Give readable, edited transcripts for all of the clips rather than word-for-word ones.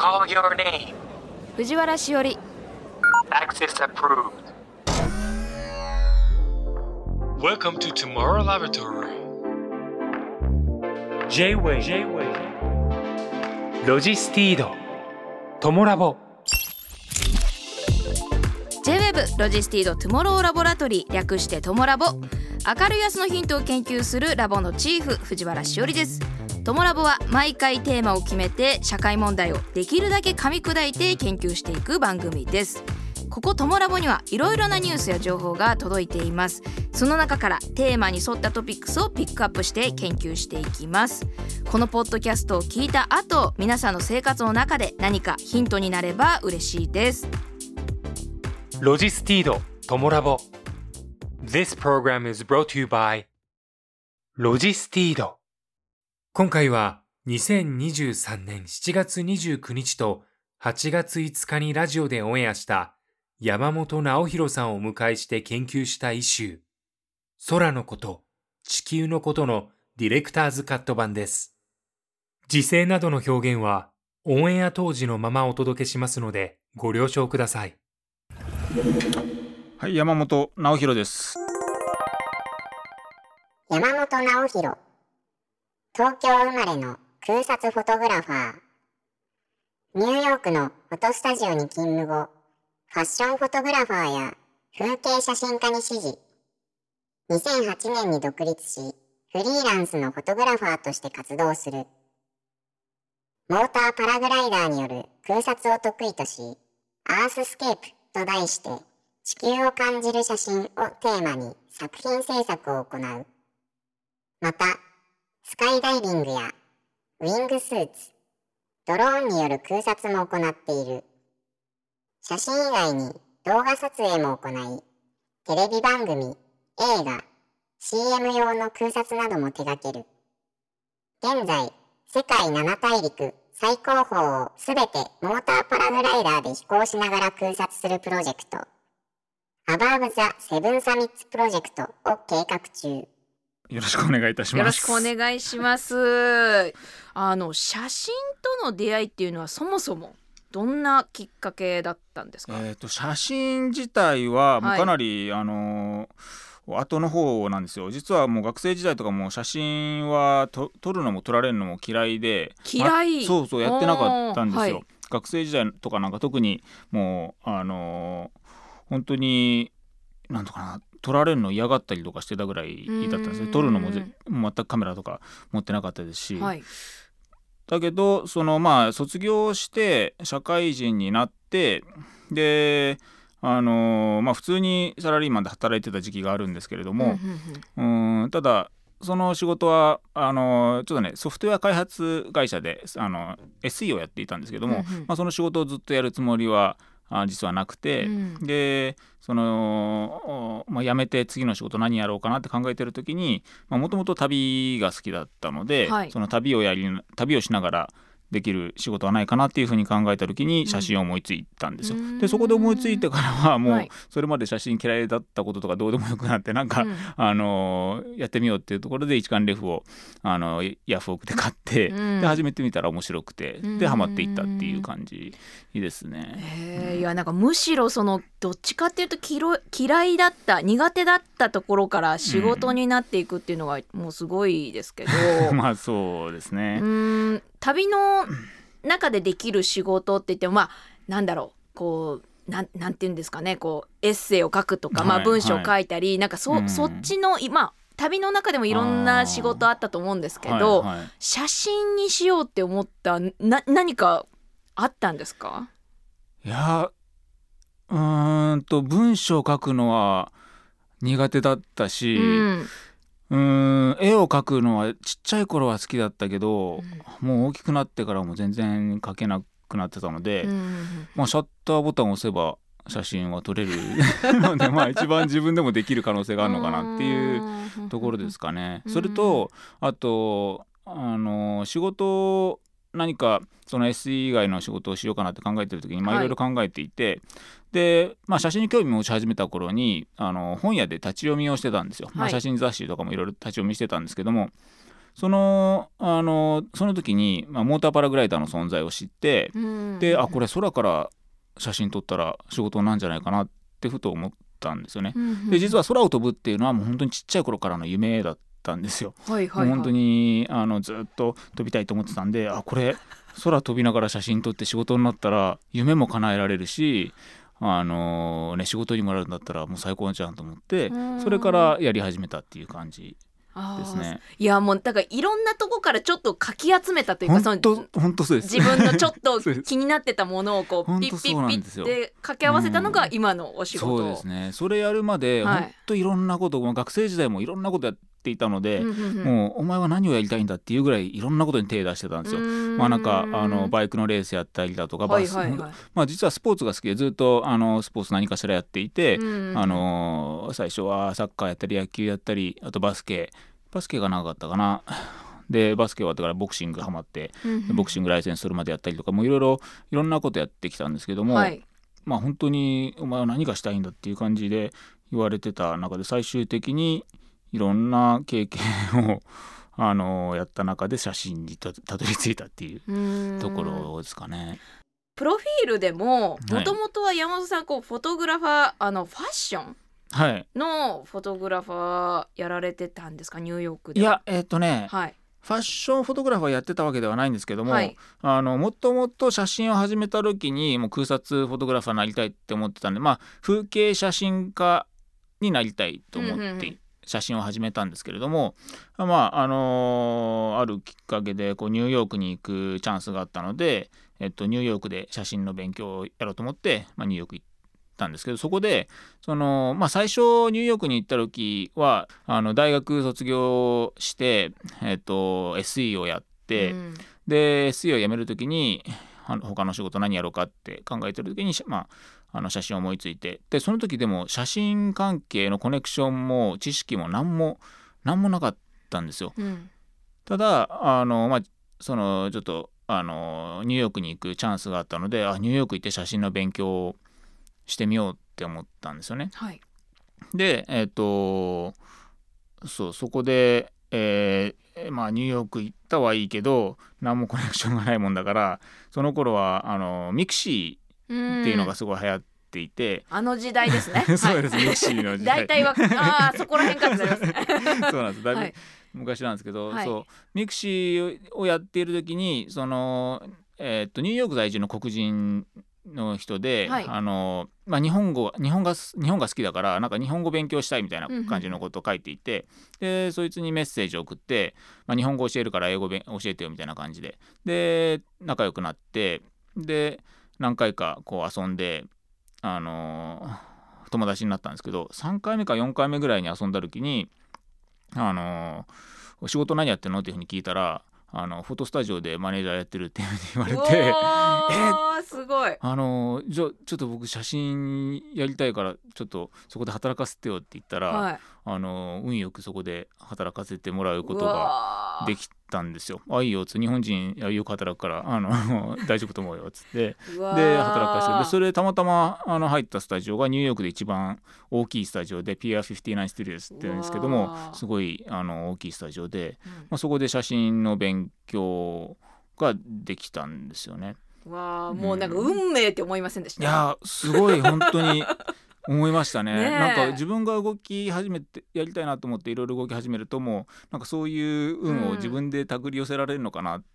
call your name. 藤原しおり。 Access approved. Welcome to Tomorrow Laboratory. J-Way ロジスティードトモラボ。 J-Web ロジスティードトゥモローラボラトリー、略してトモラボ。明るい明日のヒントを研究するラボのチーフ、藤原しおりです。トモラボは毎回テーマを決めて社会問題をできるだけ噛み砕いて研究していく番組です。ここトモラボにはいろいろなニュースや情報が届いています。その中からテーマに沿ったトピックスをピックアップして研究していきます。このポッドキャストを聞いた後、皆さんの生活の中で何かヒントになれば嬉しいです。 ロジスティードトモラボ。 This program is brought to you by ロジスティード。今回は2023年7月29日と8月5日にラジオでオンエアした山本直弘さんをお迎えして研究したイシュー、空のこと、地球のことのディレクターズカット版です。時制などの表現はオンエア当時のままお届けしますのでご了承ください。 はい、山本直弘です。 山本直弘、東京生まれの空撮フォトグラファー。ニューヨークのフォトスタジオに勤務後、ファッションフォトグラファーや風景写真家に師事。2008年に独立し、フリーランスのフォトグラファーとして活動する。モーターパラグライダーによる空撮を得意とし、アーススケープと題して地球を感じる写真をテーマに作品制作を行う。また、スカイダイビングやウィングスーツ、ドローンによる空撮も行っている。写真以外に動画撮影も行い、テレビ番組、映画、CM 用の空撮なども手掛ける。現在、世界7大陸最高峰をすべてモーターパラグライダーで飛行しながら空撮するプロジェクト、アバーブ・ザ・セブン・サミッツプロジェクトを計画中。 よろしくお願いいたします。 よろしくお願いします。写真との出会いっていうのはそもそもどんなきっかけだったんですか？ 写真自体はもうかなり、後の方なんですよ。実はもう学生時代とかも写真は撮るのも撮られるのも嫌いで、そうやってなかったんですよ、学生時代とかなんか特にもう本当になんとかな、撮られるの嫌がったりとかしてたぐらいだったんですよ。撮るのも全くカメラとか持ってなかったですし、だけど卒業して社会人になって、で普通にサラリーマンで働いてた時期があるんですけれども、ただその仕事はちょっとね、ソフトウェア開発会社でSE をやっていたんですけども、その仕事をずっとやるつもりは実はなくて、で辞めて次の仕事何やろうかなって考えてる時に、もともと旅が好きだったので、その旅をしながらできる仕事はないかなっていうふうに考えた時に写真を思いついたんですよ。でそこで思いついてからはもうそれまで写真嫌いだったこととかどうでもよくなって、なんか、やってみようっていうところで一眼レフをヤフオクで買って、で始めてみたら面白くて、でハマっていったっていう感じですね。 いやなんかむしろどっちかっていうと嫌いだった苦手だったところから仕事になっていくっていうのがもうすごいですけど、 そうですね。 旅の中でできる仕事って言ってもなんだろう、なんていうんですかね、エッセイを書くとか、文章を書いたり、なんかそっちの旅の中でもいろんな仕事あったと思うんですけど、写真にしようって思った何かあったんですか？ いや文章を書くのは苦手だったし、絵を描くのはちっちゃい頃は好きだったけど、もう大きくなってからも全然描けなくなってたので、シャッターボタンを押せば写真は撮れるので一番自分でもできる可能性があるのかなっていうところですかね。それとあと仕事何かその SE 以外の仕事をしようかなって考えてる時にいろいろ考えていて、で、写真に興味持ち始めた頃に本屋で立ち読みをしてたんですよ。写真雑誌とかもいろいろ立ち読みしてたんですけども、 その時に、モーターパラグライダーの存在を知って、でこれ空から写真撮ったら仕事なんじゃないかなってふと思ったんですよね。で実は空を飛ぶっていうのはもう本当にちっちゃい頃からの夢だったんですよ。もう本当にずっと飛びたいと思ってたんで、これ空飛びながら写真撮って仕事になったら夢も叶えられるし、仕事にもなるんだったらもう最高じゃんと思って、それからやり始めたっていう感じですね。 いやもうだからいろんなとこからちょっとかき集めたというか、 本当そうです。 自分のちょっと気になってたものをこうピッピッピッって掛け合わせたのが今のお仕事。 そうですね。それやるまで本当いろんなこと、学生時代もいろんなことやっていたので、もうお前は何をやりたいんだっていうぐらいいろんなことに手を出してたんですよ。なんかバイクのレースやったりだとか、バス、実はスポーツが好きでずっとスポーツ何かしらやっていて、最初はサッカーやったり野球やったり、あとバスケが長かったかな。でバスケ終わってからボクシングハマって、ボクシングライセンスするまでやったりとか、もういろんなことやってきたんですけども、本当にお前は何がしたいんだっていう感じで言われてた中で、最終的にいろんな経験をやった中で写真にたどり着いたっていうところですかね。 プロフィールでももともとは山本さんフォトグラファー、ファッションのフォトグラファーやられてたんですか、ニューヨークで。 いやファッションフォトグラファーやってたわけではないんですけども、もともと写真を始めた時にもう空撮フォトグラファーになりたいって思ってたんで、風景写真家になりたいと思って写真を始めたんですけれども、あるきっかけでニューヨークに行くチャンスがあったので、ニューヨークで写真の勉強をやろうと思って、ニューヨーク行ったんですけど、そこで最初ニューヨークに行った時は大学卒業して、SE をやって、で SE を辞める時に他の仕事何やろうかって考えてる時に、写真を思いついて、でその時でも写真関係のコネクションも知識も何もなかったんですよ。ただちょっとニューヨークに行くチャンスがあったので、ニューヨーク行って写真の勉強をしてみようって思ったんですよね。でそこで、ニューヨーク行ったはいいけど何もコネクションがないもんだから、その頃はミクシーっていうのがすごい流行っていて、 時代ですね。 そうです、ミクシーの時代。 大体はそこら辺からになりますね。 そうなんです。だいぶ昔なんですけど、ミクシーをやっている時にニューヨーク在住の黒人の人で、日本が好きだからなんか日本語勉強したいみたいな感じのことを書いていて、でそいつにメッセージを送って、日本語教えるから英語教えてよみたいな感じで仲良くなって、で何回か遊んで友達になったんですけど、3回目か4回目ぐらいに遊んだ時に仕事何やってんのっていうふうに聞いたら、フォトスタジオでマネージャーやってるっていうふうに言われて、 すごい。 ちょっと僕写真やりたいからちょっとそこで働かせてよって言ったら、運よくそこで働かせてもらうことができたんですよ。いいよっつって、日本人よく働くから大丈夫と思うよっつって、で働かせて、でそれでたまたま入ったスタジオがニューヨークで一番大きいスタジオで PR59 スタジオって言うんですけども、すごい大きいスタジオで、そこで写真の勉強ができたんですよね。 もうなんか運命って思いませんでした？ いやすごい本当に思いましたね。なんか自分が動き始めてやりたいなと思っていろいろ動き始めると、もうなんかそういう運を自分で手繰り寄せられるのかなって、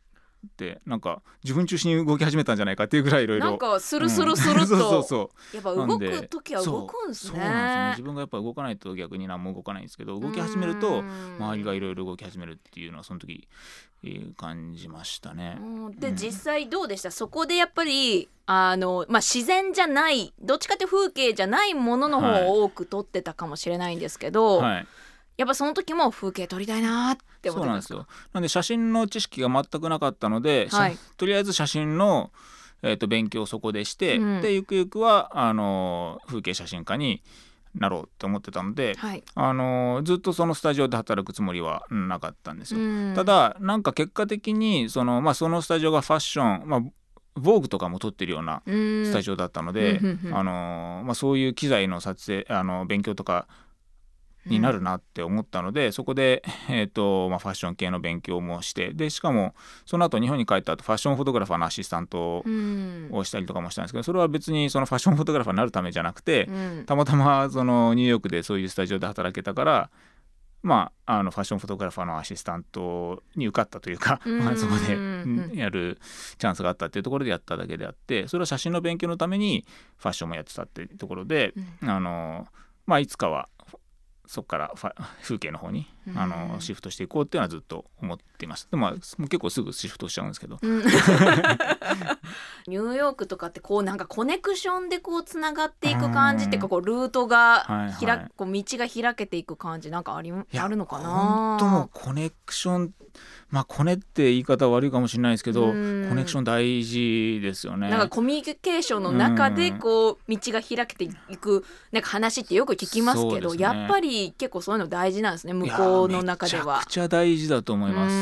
なんか自分中心に動き始めたんじゃないかっていうぐらいいろいろ、 なんかスルスルスルとやっぱ動く時は動くんですね。 そうなんですよね。自分がやっぱ動かないと逆に何も動かないんですけど、動き始めると周りがいろいろ動き始めるっていうのはその時感じましたね。 で実際どうでした？そこでやっぱり自然じゃない、どっちかって風景じゃないものの方を多く撮ってたかもしれないんですけど、やっぱその時も風景撮りたいなって思ってますか？そうなんですよ。なんで写真の知識が全くなかったので、とりあえず写真の、勉強をそこでして、でゆくゆくは風景写真家になろうって思ってたので、ずっとそのスタジオで働くつもりはなかったんですよ。ただなんか結果的にそのスタジオがファッション、Vogue とかも撮ってるようなスタジオだったので、そういう機材の撮影勉強とかになるなって思ったので、そこで、ファッション系の勉強もして、でしかもその後日本に帰った後ファッションフォトグラファーのアシスタントをしたりとかもしたんですけど、それは別にそのファッションフォトグラファーになるためじゃなくて、たまたまそのニューヨークでそういうスタジオで働けたから、ファッションフォトグラファーのアシスタントに受かったというか、そこでやるチャンスがあったっていうところでやっただけであって、それは写真の勉強のためにファッションもやってたっていうところで、いつかはそこから風景の方にシフトしていこうっていうのはずっと思っています。でも結構すぐシフトしちゃうんですけど、 ニューヨークとかってこうなんかコネクションでこうつながっていく感じっていうか、こうルートがこう道が開けていく感じなんかあるのかな。 本当もコネクション、コネって言い方悪いかもしれないですけど、コネクション大事ですよね。 なんかコミュニケーションの中でこう道が開けていくなんか話ってよく聞きますけど、やっぱり結構そういうの大事なんですね、向こうの中では。 めちゃくちゃ大事だと思います。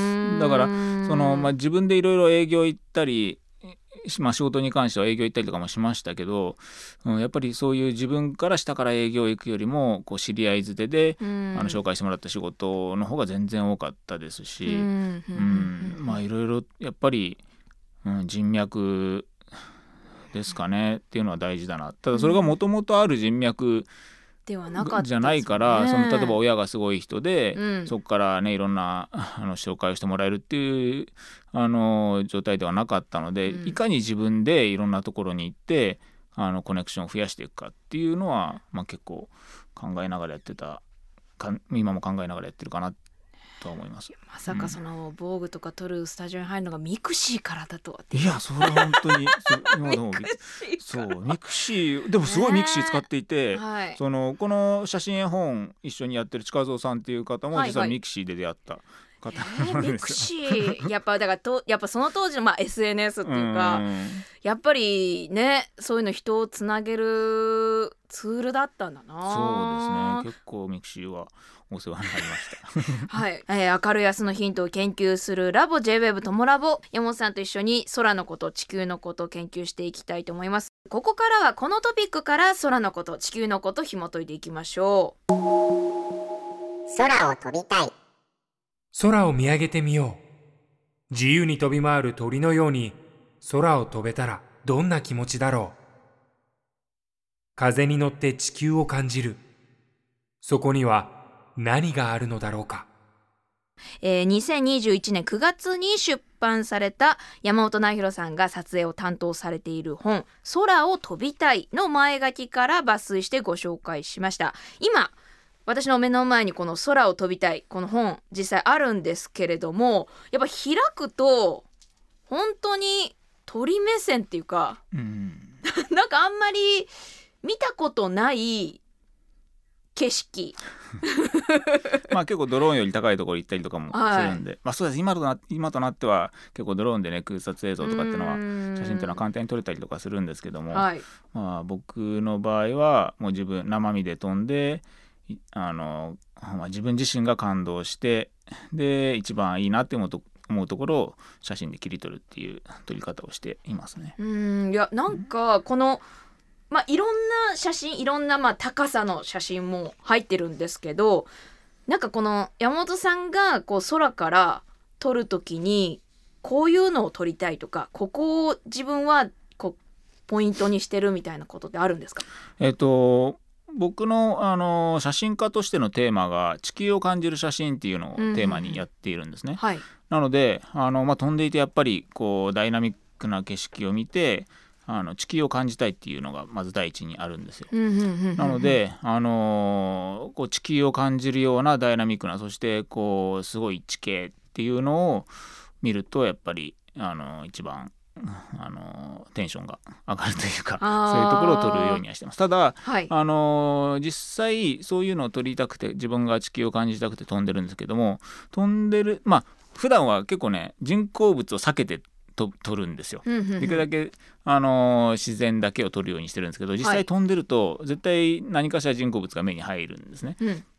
だから自分でいろいろ営業行ったり、仕事に関しては営業行ったりとかもしましたけど、やっぱりそういう自分から下から営業行くよりもこう知り合いづてで紹介してもらった仕事の方が全然多かったですし、いろいろやっぱり、人脈ですかねっていうのは大事だな。ただそれがもともとある人脈ではなかったじゃないから、例えば親がすごい人で、そこからねいろんな紹介をしてもらえるっていう状態ではなかったので、いかに自分でいろんなところに行ってコネクションを増やしていくかっていうのは、結構考えながらやってた今も考えながらやってるかなと思います。 まさかその防具とか撮るスタジオに入るのがミクシーからだとは。 いやそれは本当にミクシーでもすごいミクシー使っていて、この写真絵本一緒にやってる近蔵さんっていう方も実はミクシーで出会った方なんですよ。 ミクシーやっぱその当時のSNS っていうか、やっぱりねそういうの人をつなげるツールだったんだな。 そうですね、結構ミクシーはお世話になりましたはい、明るい明日のヒントを研究するラボ J-WAVE トモラボ、山本さんと一緒に空のこと地球のことを研究していきたいと思います。ここからはこのトピックから空のこと地球のこと紐解いていきましょう。 空を飛びたい。 空を見上げてみよう。自由に飛び回る鳥のように空を飛べたらどんな気持ちだろう。風に乗って地球を感じる。そこには何があるのだろうか。 2021年9月に出版された山本直弘さんが撮影を担当されている本空を飛びたいの前書きから抜粋してご紹介しました。今私の目の前にこの空を飛びたいこの本実際あるんですけれども、やっぱ開くと本当に鳥目線っていうか、なんかあんまり見たことない景色結構ドローンより高いところ行ったりとかもするんで、そうです。今となっては結構ドローンでね空撮映像とかっていうのは写真っていうのは簡単に撮れたりとかするんですけども、僕の場合はもう自分生身で飛んで自分自身が感動してで一番いいなって思うところを写真で切り取るっていう撮り方をしていますね。 いやなんかこのいろんな写真いろんな高さの写真も入ってるんですけど、なんかこの山本さんがこう空から撮るときにこういうのを撮りたいとか、ここを自分はこうポイントにしてるみたいなことってあるんですか？ 僕の、写真家としてのテーマが地球を感じる写真っていうのをテーマにやっているんですね。なので飛んでいてやっぱりこうダイナミックな景色を見て地球を感じたいっていうのがまず第一にあるんですよ。なので、こう地球を感じるようなダイナミックな、そしてこうすごい地形っていうのを見るとやっぱり一番テンションが上がるというか、そういうところを撮るようにはしてます。ただ、実際そういうのを撮りたくて自分が地球を感じたくて飛んでるんですけども、普段は結構ね人工物を避けて撮るんですよ。できるだけ自然だけを撮るようにしてるんですけど、実際飛んでると絶対何かしら人工物が目に入るんですね。で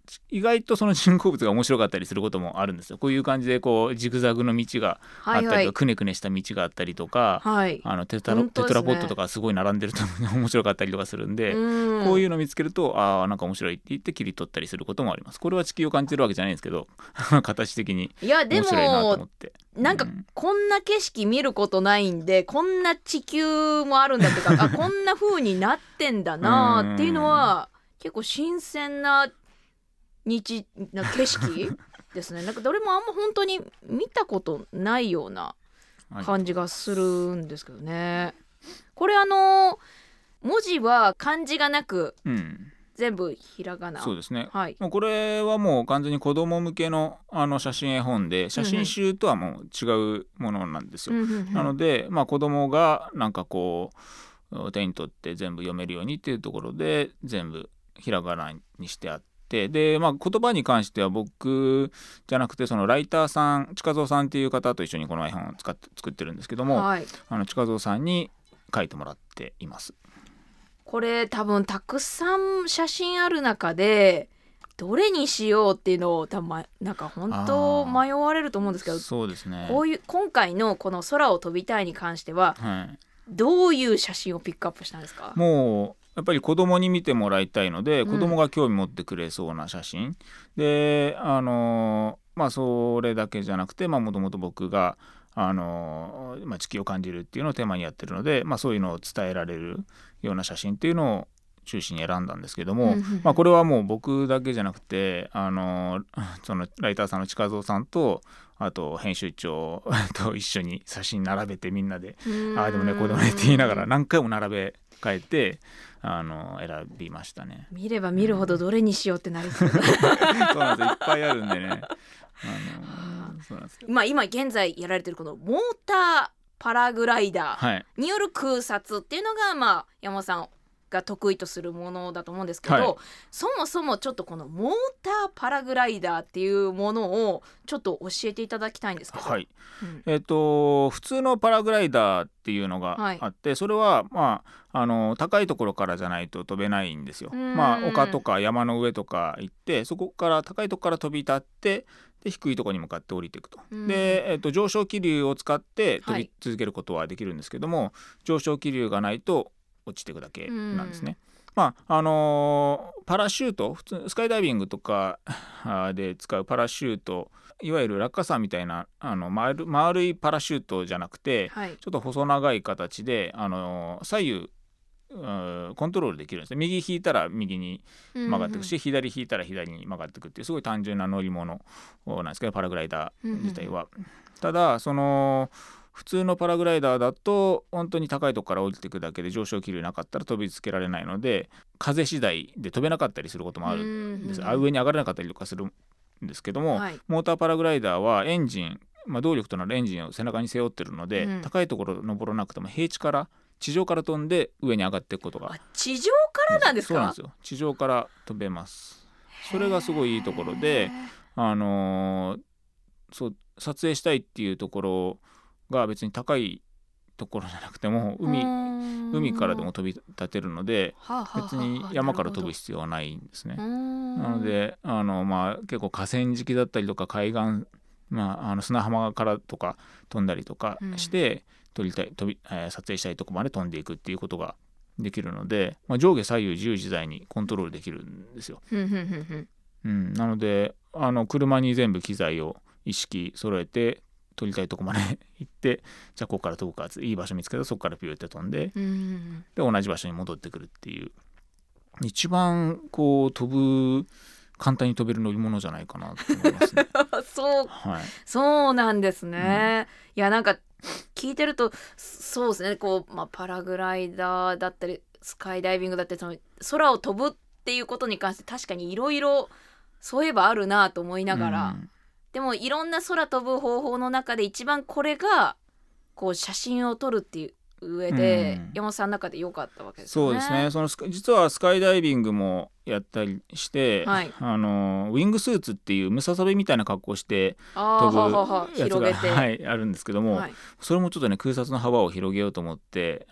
意外とその人工物が面白かったりすることもあるんですよ。こういう感じでこうジグザグの道があったりとか、はいはい、くねくねした道があったりとか、はい、テトラポットとかすごい並んでると面白かったりとかするんで、こういうの見つけるとなんか面白いって言って切り取ったりすることもあります。これは地球を感じてるわけじゃないんですけど形的に面白いなと思って。 なんかこんな景色見ることないんで、こんな地球もあるんだってかこんな風になってんだなっていうのは結構新鮮な景色ですね。なんかどれもあんま本当に見たことないような感じがするんですけどね。これ文字は漢字がなく、全部ひらがな。 そうですね、 はい、 もうこれはもう完全に子供向けの写真絵本で、写真集とはもう違うものなんですよ。なので、子供がなんかこう手に取って全部読めるようにっていうところで全部ひらがなにしてあって、で、言葉に関しては僕じゃなくてそのライターさん近蔵さんっていう方と一緒にこの絵本を作ってるんですけども、はい、近蔵さんに書いてもらっています。 これ多分たくさん写真ある中でどれにしようっていうのを多分なんか本当迷われると思うんですけど、 そうですね、 こういう今回のこの空を飛びたいに関しては、はい、どういう写真をピックアップしたんですか？ もうやっぱり子供に見てもらいたいので、子供が興味持ってくれそうな写真で、それだけじゃなくて、もともと僕が地球を感じるっていうのをテーマにやってるので、そういうのを伝えられるような写真っていうのを中心に選んだんですけども、これはもう僕だけじゃなくてそのライターさんの近蔵さんとあと編集長と一緒に写真並べてみんなでああでもねこうでもねって言いながら何回も並べ替えて選びましたね。 見れば見るほどどれにしようってなりそうそうなんですよ、いっぱいあるんでねそうなんですよ。 今現在やられてるこのモーターパラグライダーによる空撮っていうのが、山本さんが得意とするものだと思うんですけど、はい、そもそもちょっとこのモーターパラグライダーっていうものをちょっと教えていただきたいんですけど、はい、 普通のパラグライダーっていうのがあって、はい、それは高いところからじゃないと飛べないんですよ。丘とか山の上とか行ってそこから高いところから飛び立ってで低いところに向かって降りていくと。で、上昇気流を使って飛び続けることはできるんですけども、上昇気流がないと落ちていくだけなんですね。パラシュート普通スカイダイビングとかで使うパラシュート、いわゆる落下傘みたいな丸いパラシュートじゃなくて、はい、ちょっと細長い形で左右コントロールできるんですね。右引いたら右に曲がっていくし、左引いたら左に曲がっていくっていうすごい単純な乗り物なんですけど、パラグライダー自体は。ただ普通のパラグライダーだと本当に高いところから降りていくだけで上昇気流なかったら飛びつけられないので、風次第で飛べなかったりすることもあるんです。上に上がれなかったりとかするんですけども、はい、モーターパラグライダーはエンジン、動力となるエンジンを背中に背負ってるので、高いところ登らなくても地上から飛んで上に上がっていくことが。 地上からなんですか？ そうなんですよ、地上から飛べます。それがすごいいいところで、そう撮影したいっていうところが別に高いところじゃなくても海からでも飛び立てるので、別に山から飛ぶ必要はないんですね。なので結構河川敷だったりとか海岸、砂浜からとか飛んだりとかして、撮影したいとこまで飛んでいくっていうことができるので、上下左右自由自在にコントロールできるんですよ。なので車に全部機材を一式揃えて撮りたいとこまで行って、じゃあここから飛ぶか、いい場所見つけたらそこからピューって飛んで、で同じ場所に戻ってくるっていう、一番簡単に飛べる乗り物じゃないかなと思いますね。 そうなんですね。いやなんか聞いてるとそうですね、パラグライダーだったりスカイダイビングだったり空を飛ぶっていうことに関して確かにいろいろそういえばあるなと思いながら、でもいろんな空飛ぶ方法の中で一番これが写真を撮るっていう上で、山本さんの中で良かったわけですよね。 そうですね。実はスカイダイビングもやったりして、はい、ウィングスーツっていうムササビみたいな格好して飛ぶやつがあるんですけども、はい、それもちょっとね空撮の幅を広げようと思って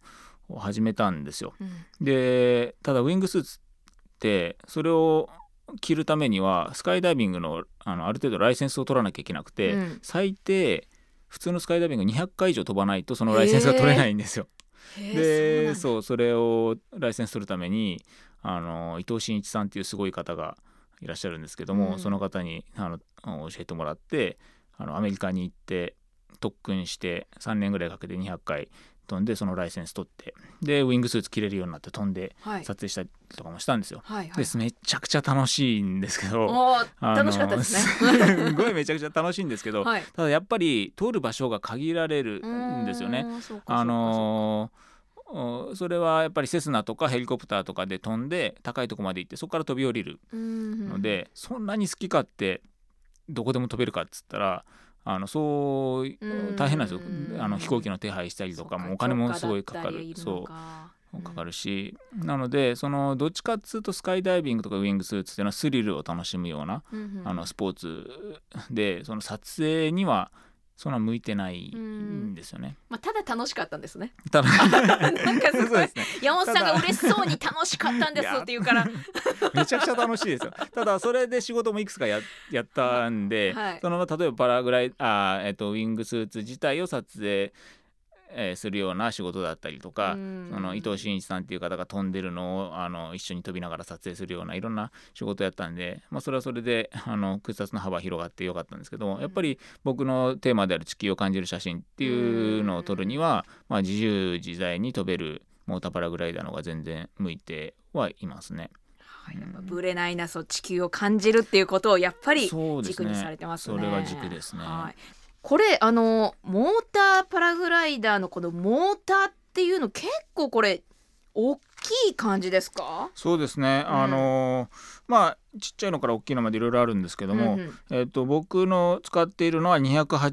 始めたんですよ。でただウィングスーツってそれを着るためにはスカイダイビングの、ある程度ライセンスを取らなきゃいけなくて、最低普通のスカイダイビング200回以上飛ばないとそのライセンスが取れないんですよ。でそれをライセンス取るために伊藤真一さんっていうすごい方がいらっしゃるんですけども、その方に教えてもらってアメリカに行って特訓して3年ぐらいかけて200回飛んでそのライセンス取ってでウィングスーツ着れるようになって飛んで撮影したりとかもしたんですよ。でめちゃくちゃ楽しいんですけど楽しかったですねすごいめちゃくちゃ楽しいんですけど、ただやっぱり通る場所が限られるんですよね。それはやっぱりセスナとかヘリコプターとかで飛んで高いとこまで行ってそこから飛び降りるので、そんなに好き勝手どこでも飛べるかっつったらそう大変なんですよ。飛行機の手配したりとかもお金もすごいかかる。かかるし、なのでどっちかっつうとスカイダイビングとかウィングスーツっていうのはスリルを楽しむような、スポーツでその撮影にはそんな向いてないんですよね。 ただ楽しかったんですね。 なんかすごい山本さんが嬉しそうに楽しかったんですって言うからめちゃくちゃ楽しいですよ。ただそれで仕事もいくつか やったんで、例えばパラグライウィングスーツ自体を撮影するような仕事だったりとか、伊藤真一さんっていう方が飛んでるのを一緒に飛びながら撮影するようないろんな仕事やったんで、それはそれで空撮の幅広がってよかったんですけど、やっぱり僕のテーマである地球を感じる写真っていうのを撮るには、自由自在に飛べるモーターパラグライダーの方が全然向いてはいますね。 ぶれないな、地球を感じるっていうことをやっぱり軸にされてますね。 それが軸ですね。 これモーターパラグライダーのこのモーターっていうの結構これ大きい感じですか？ そうですね、ちっちゃいのから大きいのまでいろいろあるんですけども、僕の使っているのは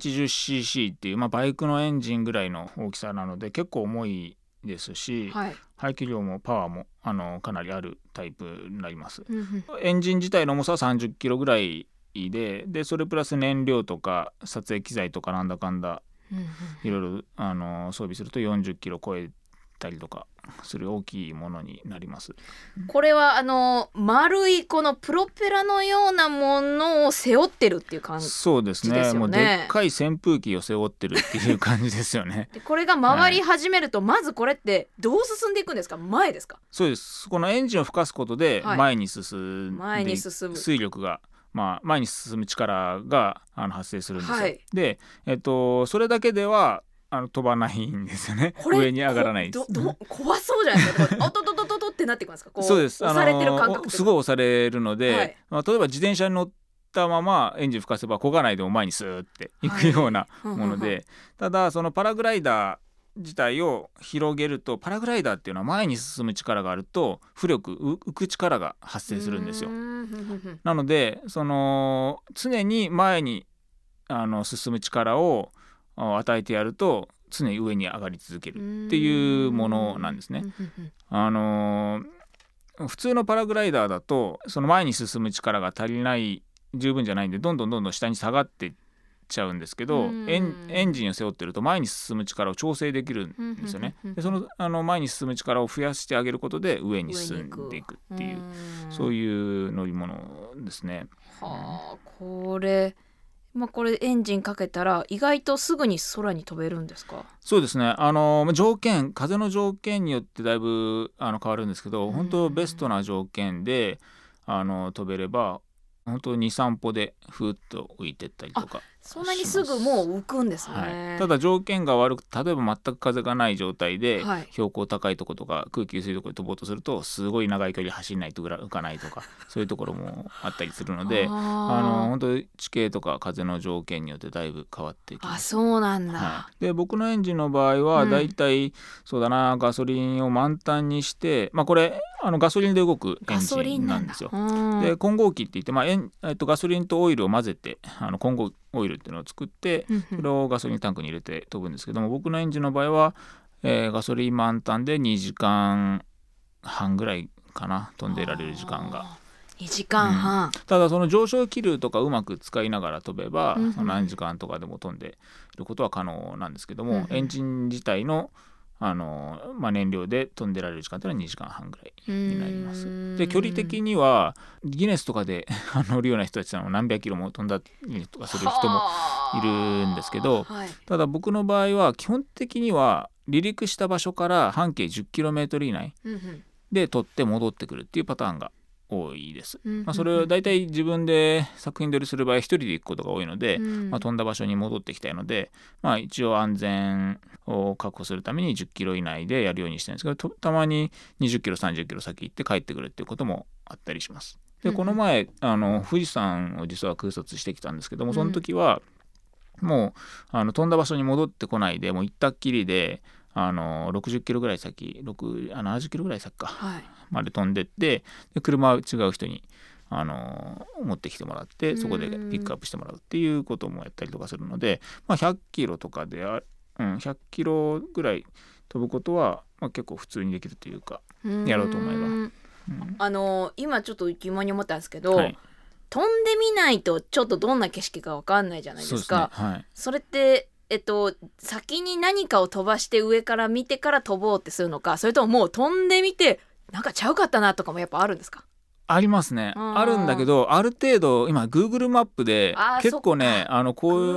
280cc っていう、バイクのエンジンぐらいの大きさなので結構重いですし、排気量もパワーもかなりあるタイプになります。エンジン自体の重さは30キロぐらいでそれプラス燃料とか撮影機材とかなんだかんだいろいろ装備すると40キロ超えたりとかする大きいものになります。 これは丸いこのプロペラのようなものを背負ってるっていう感じですよね。 そうですね。もうでっかい扇風機を背負ってるっていう感じですよね。 でこれが回り始めると、まずこれってどう進んでいくんですか？前ですか？ そうです。このエンジンを吹かすことで前に進んで、水力が前に進む力が発生するんですよ。で、それだけでは飛ばないんですよね。上に上がらないです。 怖そうじゃないですか。おとととととってなってきますか？ そうです。 押されてる感覚すごい押されるので、例えば自転車に乗ったままエンジン吹かせば漕がないでも前にスーっていくようなもので、ただそのパラグライダー自体を広げると、パラグライダーっていうのは前に進む力があると浮く力が発生するんですよ。なので常に前に進む力を与えてやると常に上に上がり続けるっていうものなんですね。普通のパラグライダーだとその前に進む力が足りない十分じゃないんでどんどん下に下がっていっちゃうんですけど、エンジンを背負ってると前に進む力を調整できるんですよね。で前に進む力を増やしてあげることで上に進んでいくっていう、そういう乗り物ですね。 これエンジンかけたら意外とすぐに空に飛べるんですか？ そうですね。風の条件によってだいぶ変わるんですけど、本当ベストな条件で飛べれば本当に2、3歩でふーっと浮いてったりとか。 そんなにすぐもう浮くんですね。 ただ条件が悪く、例えば全く風がない状態で、標高高いとことか空気薄いところで飛ぼうとするとすごい長い距離走んないと浮かないとかそういうところもあったりするので本当に地形とか風の条件によってだいぶ変わってきます。 そうなんだ。 で僕のエンジンの場合はだいたいそうだな、ガソリンを満タンにして、これガソリンで動くエンジンなんですよ。で混合機って言って、ガソリンとオイルを混ぜて混合オイルっていうのを作ってそれをガソリンタンクに入れて飛ぶんですけども、僕のエンジンの場合は、ガソリン満タンで2時間半ぐらいかな、飛んでられる時間が。 2時間半、 ただその上昇気流とかうまく使いながら飛べば、何時間とかでも飛んでいることは可能なんですけども、エンジン自体の燃料で飛んでられる時間というのは2時間半ぐらいになります。で距離的にはギネスとかで乗るような人たちは何百キロも飛んだりとかする人もいるんですけど、 はい、 ただ僕の場合は基本的には離陸した場所から半径 10km 以内で撮って戻ってくるっていうパターンが多いです。それをだいたい自分で作品撮りする場合一人で行くことが多いので、飛んだ場所に戻ってきたいので、一応安全を確保するために10キロ以内でやるようにしてるんですけど、たまに20キロ30キロ先行って帰ってくるっていうこともあったりします。でこの前富士山を実は空撮してきたんですけども、その時はもう飛んだ場所に戻ってこないで、もう行ったっきりで60キロぐらい先70キロぐらい先か、 はい、 まで飛んでって、で車は違う人に持ってきてもらって、そこでピックアップしてもらうっていうこともやったりとかするので、100キロとかで100キロぐらい飛ぶことは、結構普通にできるというか、やろうと思えば、 今ちょっと疑問に思ったんですけど、 はい、 飛んでみないとちょっとどんな景色か分かんないじゃないですか。 そうですね、はい、 それって先に何かを飛ばして上から見てから飛ぼうってするのか、それとももう飛んでみてなんかちゃうかったなとかもやっぱあるんですか？ ありますね。あるんだけど、ある程度今 Google マップで結構ねこういう、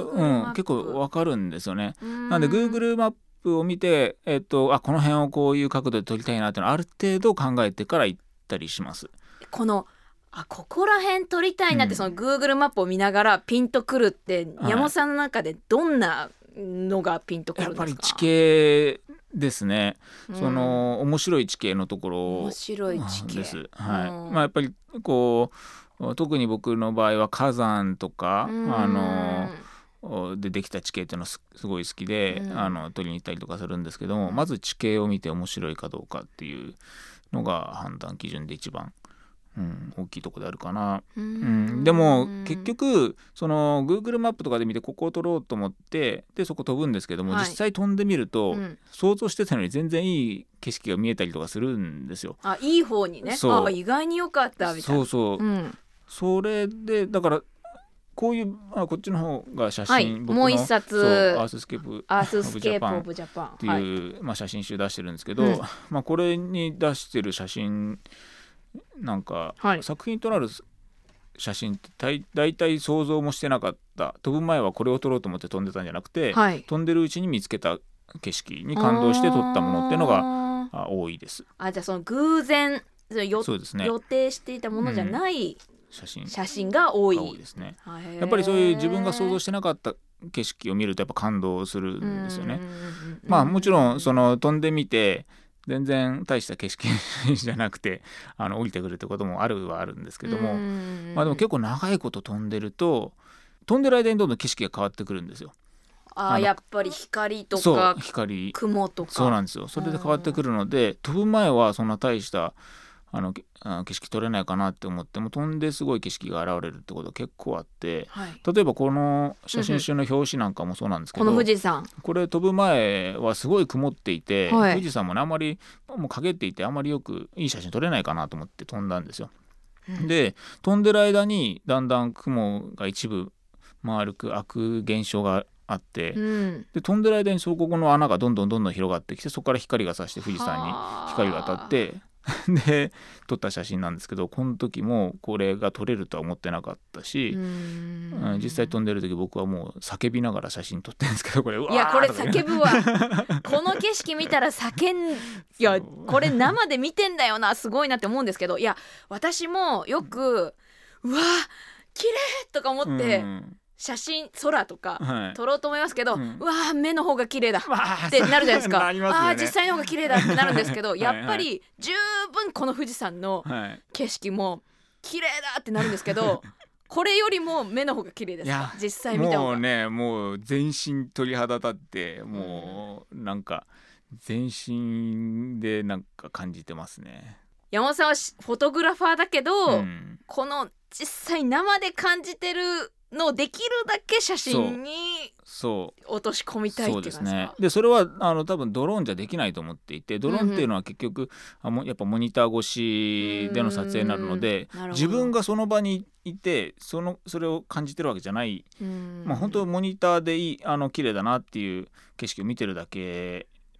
結構わかるんですよね。なんで Google マップを見て、この辺をこういう角度で撮りたいなっていうのをある程度考えてから行ったりします。 ここら辺撮りたいなって、その Google マップを見ながらピンとくるって、山本さんの中でどんなのがピンとくるんですか？ やっぱり地形ですね。面白い地形のところ面白い地形です。はい。やっぱりこう特に僕の場合は火山とかでできた地形っていうのはすごい好きで、撮りに行ったりとかするんですけども、まず地形を見て面白いかどうかっていうのが判断基準で一番大きいところであるかな。でも結局その Google マップとかで見てここを撮ろうと思ってでそこ飛ぶんですけども、実際飛んでみると、想像してたのに全然いい景色が見えたりとかするんですよ。 いい方にね。意外に良かったみたいな。 それでだからこういうこっちの方が写真、僕のもう一冊アーススケープオブジャパンっていう、写真集出してるんですけど、これに出してる写真なんか、作品となる写真ってだいたい想像もしてなかった。飛ぶ前はこれを撮ろうと思って飛んでたんじゃなくて、飛んでるうちに見つけた景色に感動して撮ったものっていうのが多いです。 じゃあその偶然そうですね、 予定していたものじゃない、写真が多いですね。やっぱりそういう自分が想像してなかった景色を見るとやっぱ感動するんですよね。もちろんその飛んでみて全然大した景色じゃなくて降りてくるってこともあるんですけども、でも結構長いこと飛んでると飛んでる間にどんどん景色が変わってくるんですよ。 やっぱり光とか雲とかそうなんですよ。それで変わってくるので、飛ぶ前はそんな大した景色撮れないかなって思っても飛んですごい景色が現れるってことが結構あって、例えばこの写真集の表紙なんかもそうなんですけど、 この富士山これ飛ぶ前はすごい曇っていて、富士山もねあまりもう陰っていてあまりよくいい写真撮れないかなと思って飛んだんですよ。で飛んでる間にだんだん雲が一部丸く開く現象があって、で飛んでる間にそこの穴がどんどん広がってきて、そこから光が差して富士山に光が当たってで撮った写真なんですけど、この時もこれが撮れるとは思ってなかったし、実際飛んでる時僕はもう叫びながら写真撮ってるんですけど、これ叫ぶわこの景色見たらこれ生で見てんだよな、すごいなって思うんですけど、私もよくうわ綺麗とか思って、写真空とか撮ろうと思いますけど、うわ目の方が綺麗だってなるじゃないですか。実際の方が綺麗だってなるんですけどやっぱり十分この富士山の景色も綺麗だってなるんですけど、これよりも目の方が綺麗ですか？実際見た方がもう全身鳥肌立って、もうなんか全身でなんか感じてますね。 山本さんはフォトグラファーだけど、この実際生で感じてるのできるだけ写真に落とし込みたいっていう感じですか？そうですね。 でそれは多分ドローンじゃできないと思っていて、ドローンっていうのは結局やっぱモニター越しでの撮影になるので、自分がその場にいてそれを感じてるわけじゃない、本当モニターで綺麗だなっていう景色を見てるだけ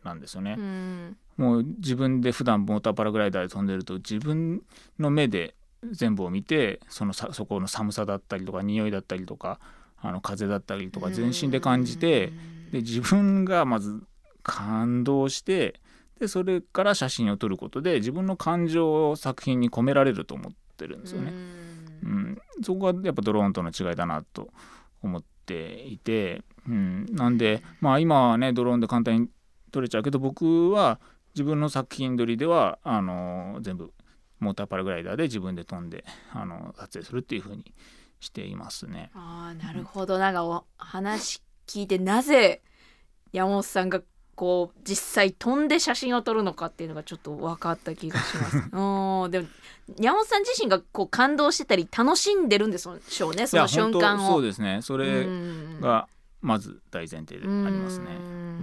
なんですよね。 うん、 もう自分で普段モーターパラグライダーで飛んでると自分の目で全部を見てそこの寒さだったりとか匂いだったりとか風だったりとか全身で感じて、で自分がまず感動して、でそれから写真を撮ることで自分の感情を作品に込められると思ってるんですよね。そこがやっぱドローンとの違いだなと思っていて、なんで今はねドローンで簡単に撮れちゃうけど、僕は自分の作品撮りでは全部モーターパラグライダーで自分で飛んで撮影するっていう風にしていますね。 なるほど。なんかお話聞いて、なぜ山本さんがこう実際飛んで写真を撮るのかっていうのがちょっと分かった気がしますでも山本さん自身がこう感動してたり楽しんでるんでしょうね、その瞬間を。 そうですね、それがまず大前提でありますね。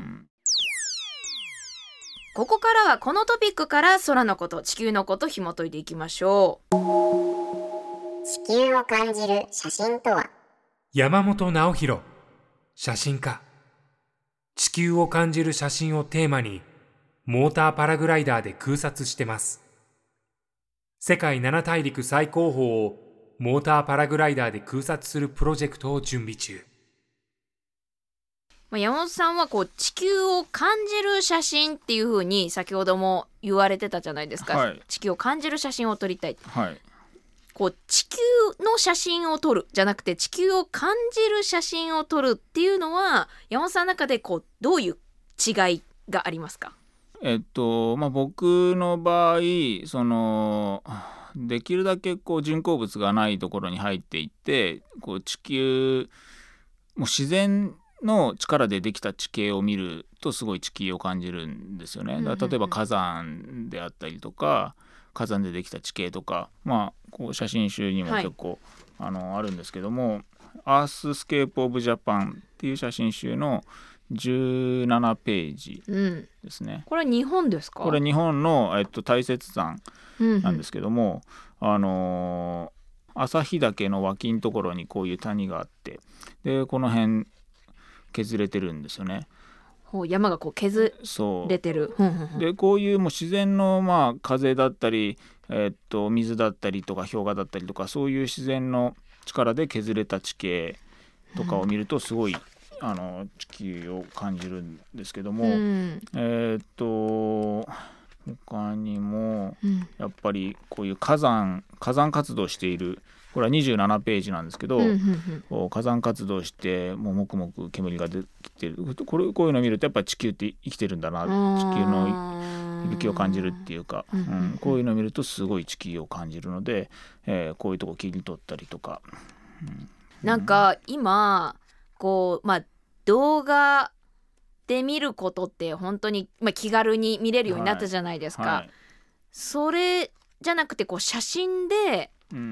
ここからはこのトピックから空のこと、地球のこと紐解いていきましょう。 地球を感じる写真とは。 山本直弘、写真家。地球を感じる写真をテーマにモーターパラグライダーで空撮してます。世界7大陸最高峰をモーターパラグライダーで空撮するプロジェクトを準備中。 山本さんはこう地球を感じる写真っていう風に先ほども言われてたじゃないですか、 はい、 地球を感じる写真を撮りたい、 はい、 こう地球の写真を撮るじゃなくて地球を感じる写真を撮るっていうのは山本さんの中でこうどういう違いがありますか？ 僕の場合できるだけこう人工物がないところに入っていってこう地球もう自然の力でできた地形を見るとすごい地球を感じるんですよね。だから例えば火山であったりとか火山でできた地形とか、こう写真集にも結構、あるんですけども、アーススケープオブジャパンっていう写真集の17ページですね。 これ日本ですか？ これ日本の、大雪山なんですけども、旭岳の脇のところにこういう谷があって、でこの辺削れてるんですよね。 山がこう削れてる。 でこういうもう自然の風だったり、水だったりとか氷河だったりとかそういう自然の力で削れた地形とかを見るとすごい、地球を感じるんですけども、他にもやっぱりこういう火山活動している、これは27ページなんですけど、火山活動してもうもくもく煙が出てる、こういうのを見るとやっぱ地球って生きてるんだな、地球の息吹を感じるっていうか、こういうのを見るとすごい地球を感じるので、こういうとこ切り取ったりとか、 なんか今こう動画で見ることって本当に、気軽に見れるようになったじゃないですか、それじゃなくてこう写真で、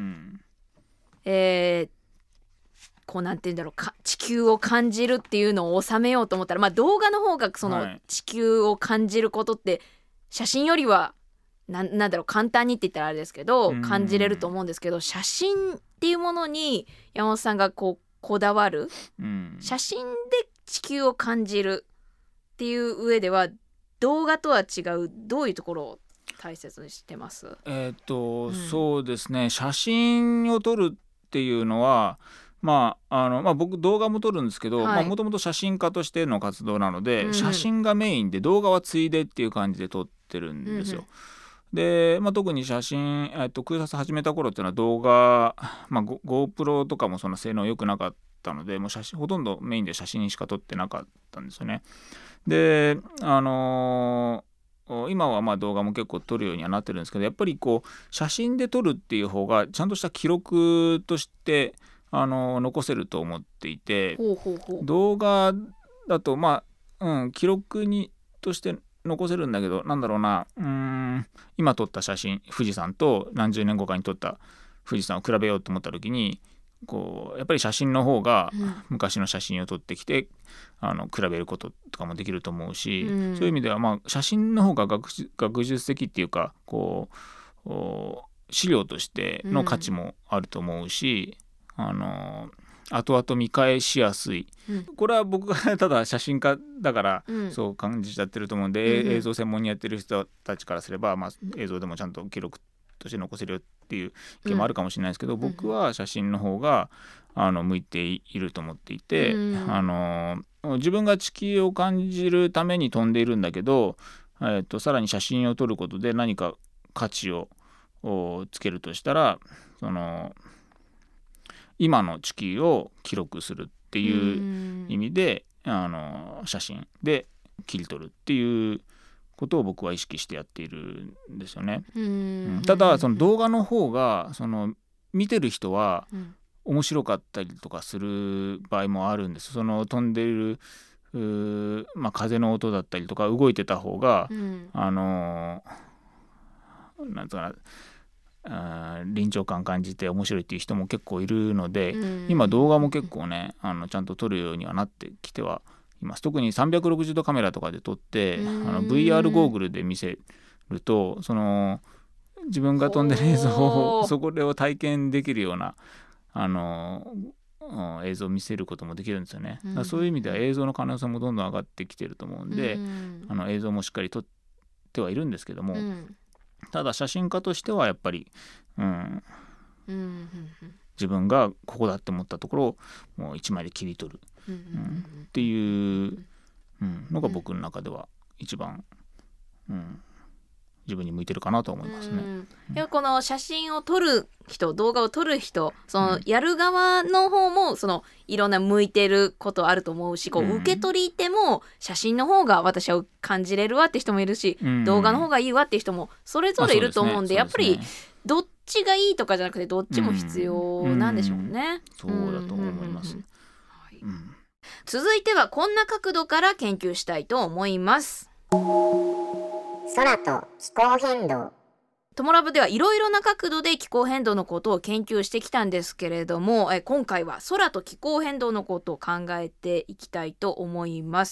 こうなんて言うんだろうか、地球を感じるっていうのを収めようと思ったら、動画の方がその地球を感じることって写真よりはなんだろう、簡単にって言ったらあれですけど感じれると思うんですけど、写真っていうものに山本さんがこだわる、写真で地球を感じるっていう上では動画とは違うどういうところを大切にしてます？ そうですね、写真を撮るっていうのは僕動画も撮るんですけど、もともと写真家としての活動なので、写真がメインで動画はついでっていう感じで撮ってるんですよ。で、特に写真、空撮始めた頃っていうのは動画、GoPro とかもそんな性能良くなかったので、もう写真ほとんどメインで写真しか撮ってなかったんですよね。で今は動画も結構撮るようにはなってるんですけど、やっぱりこう写真で撮るっていう方がちゃんとした記録として残せると思っていて、動画だと記録として残せるんだけど、今撮った写真富士山と何十年後かに撮った富士山を比べようと思った時にやっぱり写真の方が昔の写真を撮ってきて、比べることとかもできると思うし、そういう意味では写真の方が学術的っていうか資料としての価値もあると思うし、 後々見返しやすい、これは僕がただ写真家だからそう感じちゃってると思うんで、映像専門にやってる人たちからすれば、映像でもちゃんと記録として残せるよっていう意見もあるかもしれないですけど、僕は写真の方が向いていると思っていて、自分が地球を感じるために飛んでいるんだけど、さらに写真を撮ることで何か価値をつけるとしたら、今の地球を記録するっていう意味で写真で切り取るっていうことを僕は意識してやっているんですよね。ただその動画の方が見てる人は面白かったりとかする場合もあるんです。その飛んでいる風の音だったりとか動いてた方が、なんつうかな、臨場感感じて面白いっていう人も結構いるので、今動画も結構ねちゃんと撮るようにはなってきてはいます。特に360度カメラとかで撮ってVR ゴーグルで見せると自分が飛んでる映像をそこを体験できるような映像を見せることもできるんですよね。だからそういう意味では映像の可能性もどんどん上がってきてると思うんで、映像もしっかり撮ってはいるんですけども、ただ写真家としてはやっぱり、自分がここだって思ったところをもう一枚で切り取る、っていうのが僕の中では一番、自分に向いてるかなと思いますね。 この写真を撮る人、動画を撮る人、やる側の方もいろんな向いてることあると思うし、受け取り手も写真の方が私は感じれるわって人もいるし、動画の方がいいわって人もそれぞれいると思うんで、やっぱりどっちがいいとかじゃなくてどっちも必要なんでしょうね。 そうだと思います。 続いてはこんな角度から研究したいと思います。 空と気候変動。 トモラボではいろいろな角度で気候変動のことを研究してきたんですけれども、今回は空と気候変動のことを考えていきたいと思います。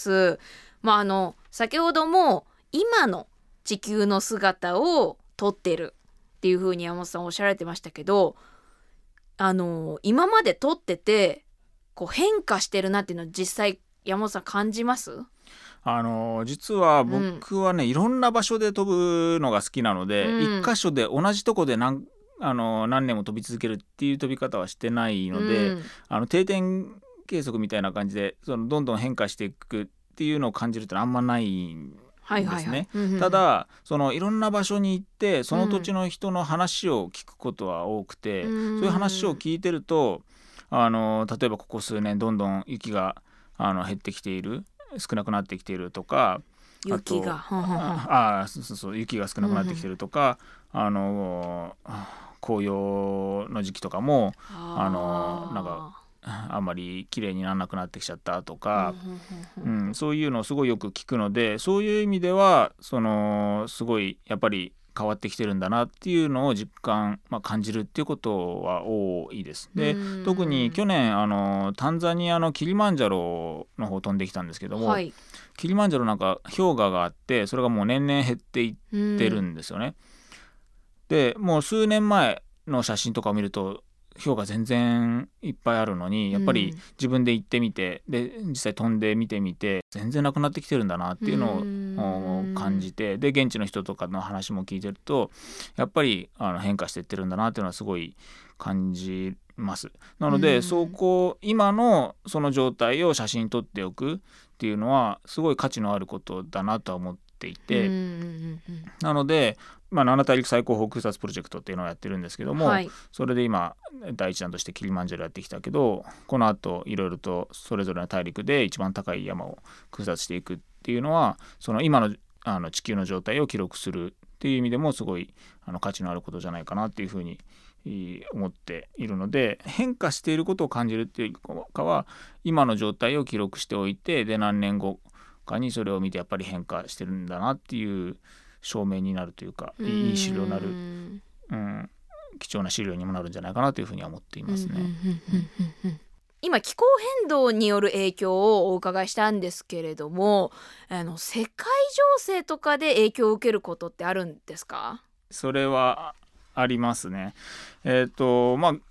先ほども今の地球の姿を撮ってるっていうふうに山本さんおっしゃられてましたけど、今まで撮ってて変化してるなっていうのは実際山本さん感じます？ 実は僕はね、いろんな場所で飛ぶのが好きなので、一箇所で同じとこで何年も飛び続けるっていう飛び方はしてないので、定点計測みたいな感じでどんどん変化していくっていうのを感じるってのはあんまないんですね。ただいろんな場所に行ってその土地の人の話を聞くことは多くて、そういう話を聞いてると例えばここ数年どんどん雪が減ってきている、少なくなってきているとか、 雪が雪が少なくなってきているとか、紅葉の時期とかもなんかあんまり綺麗にならなくなってきちゃったとか、そういうのをすごいよく聞くので、そういう意味ではすごいやっぱり変わってきてるんだなっていうのを実感、感じるっていうことは多いです。で、特に去年タンザニアのキリマンジャロの方飛んできたんですけども、キリマンジャロなんか氷河があって、それがもう年々減っていってるんですよね。でもう数年前の写真とかを見ると氷が全然いっぱいあるのに、やっぱり自分で行ってみて、で実際飛んで見てみて全然なくなってきてるんだなっていうのを感じて、で現地の人とかの話も聞いてるとやっぱり変化していってるんだなっていうのはすごい感じます。なので今のその状態を写真に撮っておくっていうのはすごい価値のあることだなとは思っていて、なので七大陸最高峰空撮プロジェクトっていうのをやってるんですけども、それで今第一弾としてキリマンジャロやってきたけど、この後いろいろとそれぞれの大陸で一番高い山を空撮していくっていうのは、今の地球の状態を記録するっていう意味でもすごい価値のあることじゃないかなっていうふうに思っているので、変化していることを感じるっていうかは、今の状態を記録しておいて、で何年後かにそれを見てやっぱり変化してるんだなっていう証明になるというか、いい資料になる、貴重な資料にもなるんじゃないかなというふうには思っていますね。 今気候変動による影響をお伺いしたんですけれども、世界情勢とかで影響を受けることってあるんですか？ それはありますね。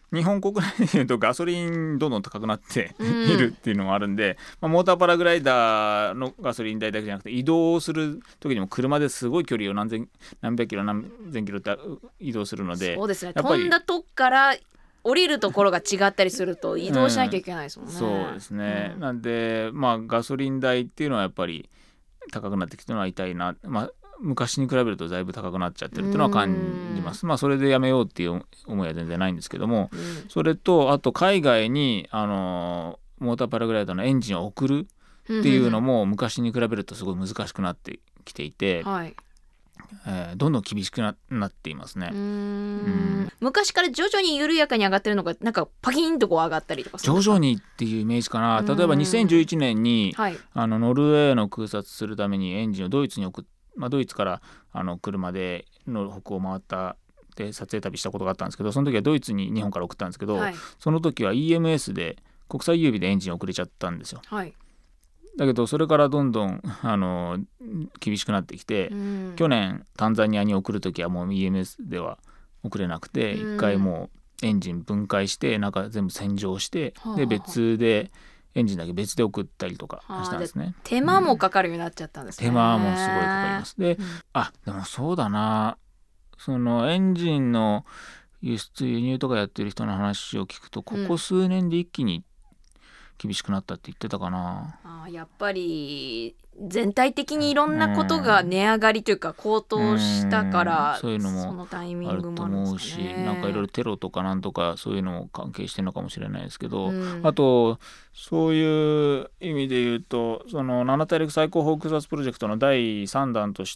日本国内でいうとガソリンどんどん高くなっているっていうのもあるんで、モーターパラグライダーのガソリン代だけじゃなくて移動する時にも車ですごい距離を何百キロ何千キロって移動するので、 そうですね、飛んだとこから降りるところが違ったりすると移動しなきゃいけないですもんね、 そうですね、なんでガソリン代っていうのはやっぱり高くなってきてるのは痛いな、昔に比べるとだいぶ高くなっちゃってるっていうのは感じます。それでやめようっていう思いは全然ないんですけども、それとあと海外にモーターパラグライダーのエンジンを送るっていうのも昔に比べるとすごい難しくなってきていて、どんどん厳しく なっていますね。 昔から徐々に緩やかに上がってるのがなんかパキンとこう上がったりとかするんですか？ 徐々にっていうイメージかな。例えば2011年に、ノルウェーの空撮するためにエンジンをドイツに送って、ドイツから車での北欧回ったで撮影旅したことがあったんですけど、その時はドイツに日本から送ったんですけど、その時は EMS で国際郵便でエンジン遅れちゃったんですよ。だけどそれからどんどん厳しくなってきて、去年タンザニアに送る時はもう EMS では送れなくて、一回もうエンジン分解して中全部洗浄して、で別でエンジンだけ別で送ったりとかしたんですね。 手間もかかるようになっちゃったんですね。 手間もすごいかかります。で、でもそうだな、そのエンジンの輸出輸入とかやってる人の話を聞くと、ここ数年で一気に厳しくなったって言ってたかな。 やっぱり全体的にいろんなことが値上がりというか高騰したから、 そういうのもそのタイミングもあると思うし、なんかいろいろテロとかなんとかそういうのも関係してるのかもしれないですけど、あとそういう意味で言うと、その7大陸最高峰空撮プロジェクトの第3弾として、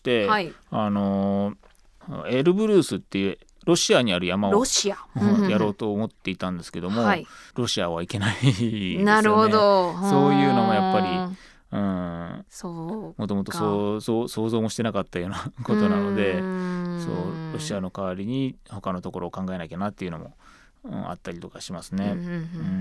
エルブルースっていうロシアにある山をやろうと思っていたんですけども、ロシアはいけないですよね。 なるほど。 そういうのもやっぱりもともと想像もしてなかったようなことなので、ロシアの代わりに他のところを考えなきゃなっていうのも、あったりとかしますね。なるほど。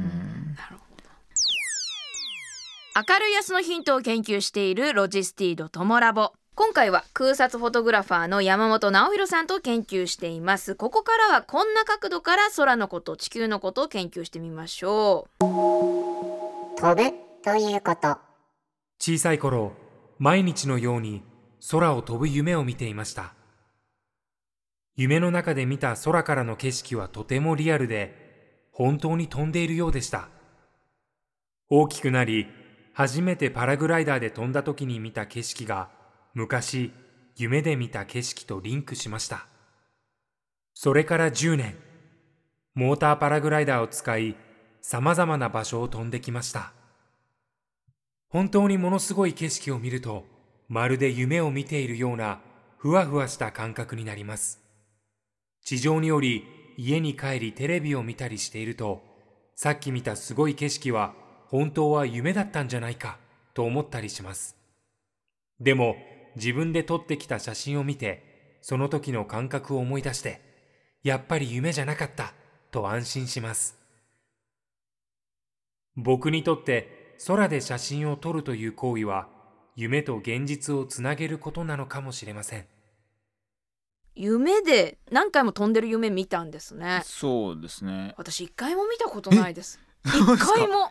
明るい安のヒントを研究しているロジスティードトモラボ。今回は空撮フォトグラファーの山本直弘さんと研究しています。ここからはこんな角度から空のこと、地球のことを研究してみましょう。 飛ぶということ。 小さい頃、毎日のように空を飛ぶ夢を見ていました。夢の中で見た空からの景色はとてもリアルで、本当に飛んでいるようでした。大きくなり、初めてパラグライダーで飛んだ時に見た景色が、昔夢で見た景色とリンクしました。それから10年、モーターパラグライダーを使い、様々な場所を飛んできました。本当にものすごい景色を見ると、まるで夢を見ているようなふわふわした感覚になります。地上に降り、家に帰りテレビを見たりしていると、さっき見たすごい景色は本当は夢だったんじゃないかと思ったりします。でも自分で撮ってきた写真を見て、その時の感覚を思い出して、やっぱり夢じゃなかったと安心します。僕にとって空で写真を撮るという行為は、夢と現実をつなげることなのかもしれません。 夢で何回も飛んでる夢見たんですね。 そうですね。 私一回も見たことないです。一回も。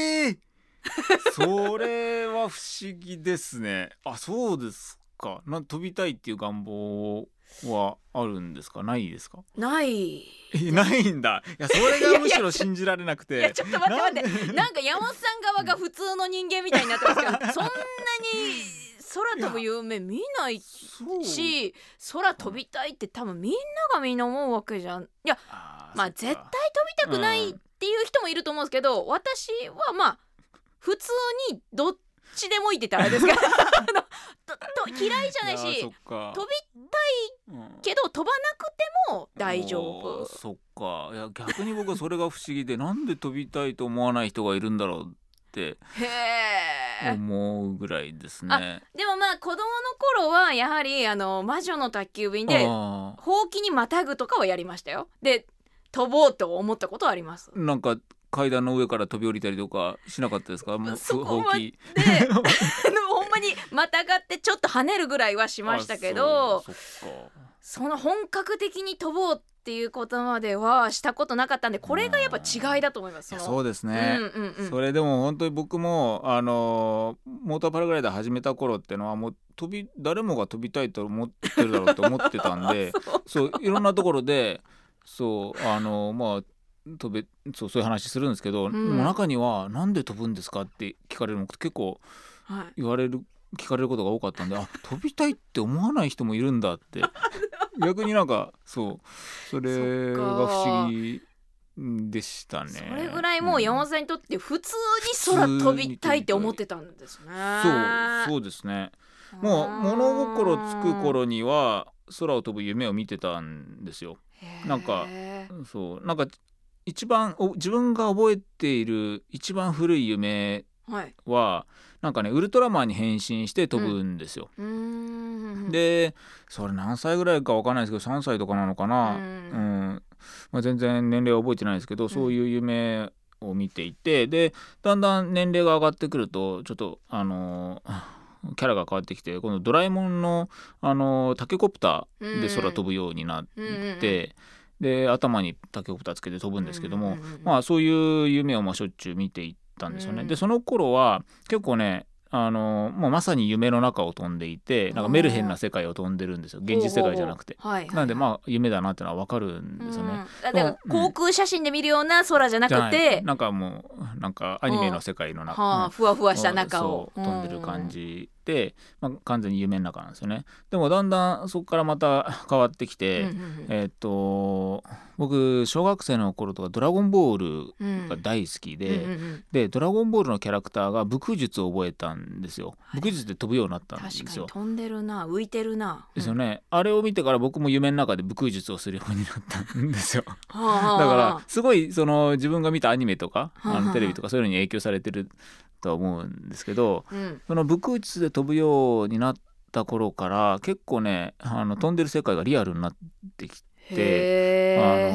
それは不思議ですね。そうですか。飛びたいっていう願望はあるんですか？ないですか？ ないないんだ。いや、それがむしろ信じられなくて。 いやちょっと待ってなんか山本さん側が普通の人間みたいになってますけどそんなに空飛ぶ夢見ないし、空飛びたいって多分みんながみんな思うわけじゃん。いや絶対飛びたくないっていう人もいると思うんですけど、私は普通にどっちでもいいって言ったらあれですけど嫌いじゃないし、飛びたいけど飛ばなくても大丈夫。 そっか。いや、逆に僕はそれが不思議でなんで飛びたいと思わない人がいるんだろうって思うぐらいですね。 でも子供の頃はやはり魔女の宅急便でほうきにまたぐとかはやりましたよ。で飛ぼうと思ったことはあります。 なんか階段の上から飛び降りたりとかしなかったですか？ そこまでほんまにまたがってちょっと跳ねるぐらいはしましたけど、その本格的に飛ぼうっっていうことまではしたことなかったんで、これがやっぱ違いだと思います。 そうですね、それでも本当に僕もモーターパラグライダー始めた頃っていうのはもう誰もが飛びたいと思ってるだろうと思ってたんでそういろんなところでそうそういう話するんですけど、もう中にはなんで飛ぶんですかって聞かれるの結構聞かれることが多かったんで、飛びたいって思わない人もいるんだって逆になんかそれが不思議でしたね。 それぐらいもう山本さんにとって普通に空飛びたいって思ってたんですね。 そうですね。もう物心つく頃には空を飛ぶ夢を見てたんですよ。なんか一番自分が覚えている一番古い夢は、なんかねウルトラマンに変身して飛ぶんですよ。でそれ何歳ぐらいか分かんないですけど3歳とかなのかな、全然年齢は覚えてないですけど、そういう夢を見ていて、でだんだん年齢が上がってくるとちょっとキャラが変わってきて、今度ドラえもんのタケコプターで空飛ぶようになって、で頭にタケコプターつけて飛ぶんですけども、そういう夢をしょっちゅう見ていったんですよね。でその頃は結構ねもうまさに夢の中を飛んでいて、なんかメルヘンな世界を飛んでるんですよ、現実世界じゃなくて。なんで夢だなってのは分かるんですよね。 だから航空写真で見るような空じゃなくて、 なんかもうなんかアニメの世界の中、 ふわふわした中を飛んでる感じで、完全に夢の中なんですよね。でもだんだんそこからまた変わってきて、僕小学生の頃とかドラゴンボールが大好きで、ドラゴンボールのキャラクターが武空術を覚えたんですよ。武空術で飛ぶようになったんですよ。 確かに飛んでるな、浮いてるな、 ですよね。あれを見てから僕も夢の中で武空術をするようになったんですよ。だからすごい自分が見たアニメとかテレビとかそういうのに影響されてるとは思うんですけど、その武空術で飛ぶようになった頃から結構ね飛んでる世界がリアルになってきて、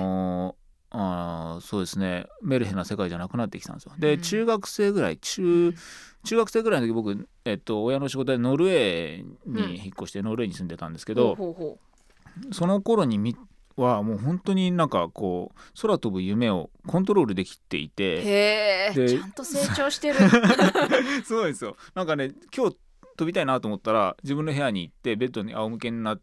そうですね、メルヘンな世界じゃなくなってきたんですよ。で中学生ぐらいの時僕、親の仕事でノルウェーに引っ越してノルウェーに住んでたんですけど、その頃にはもう本当になんかこう空飛ぶ夢をコントロールできていて、 ちゃんと成長してるすごいですよ。なんかね今日飛びたいなと思ったら自分の部屋に行ってベッドに仰向けになって、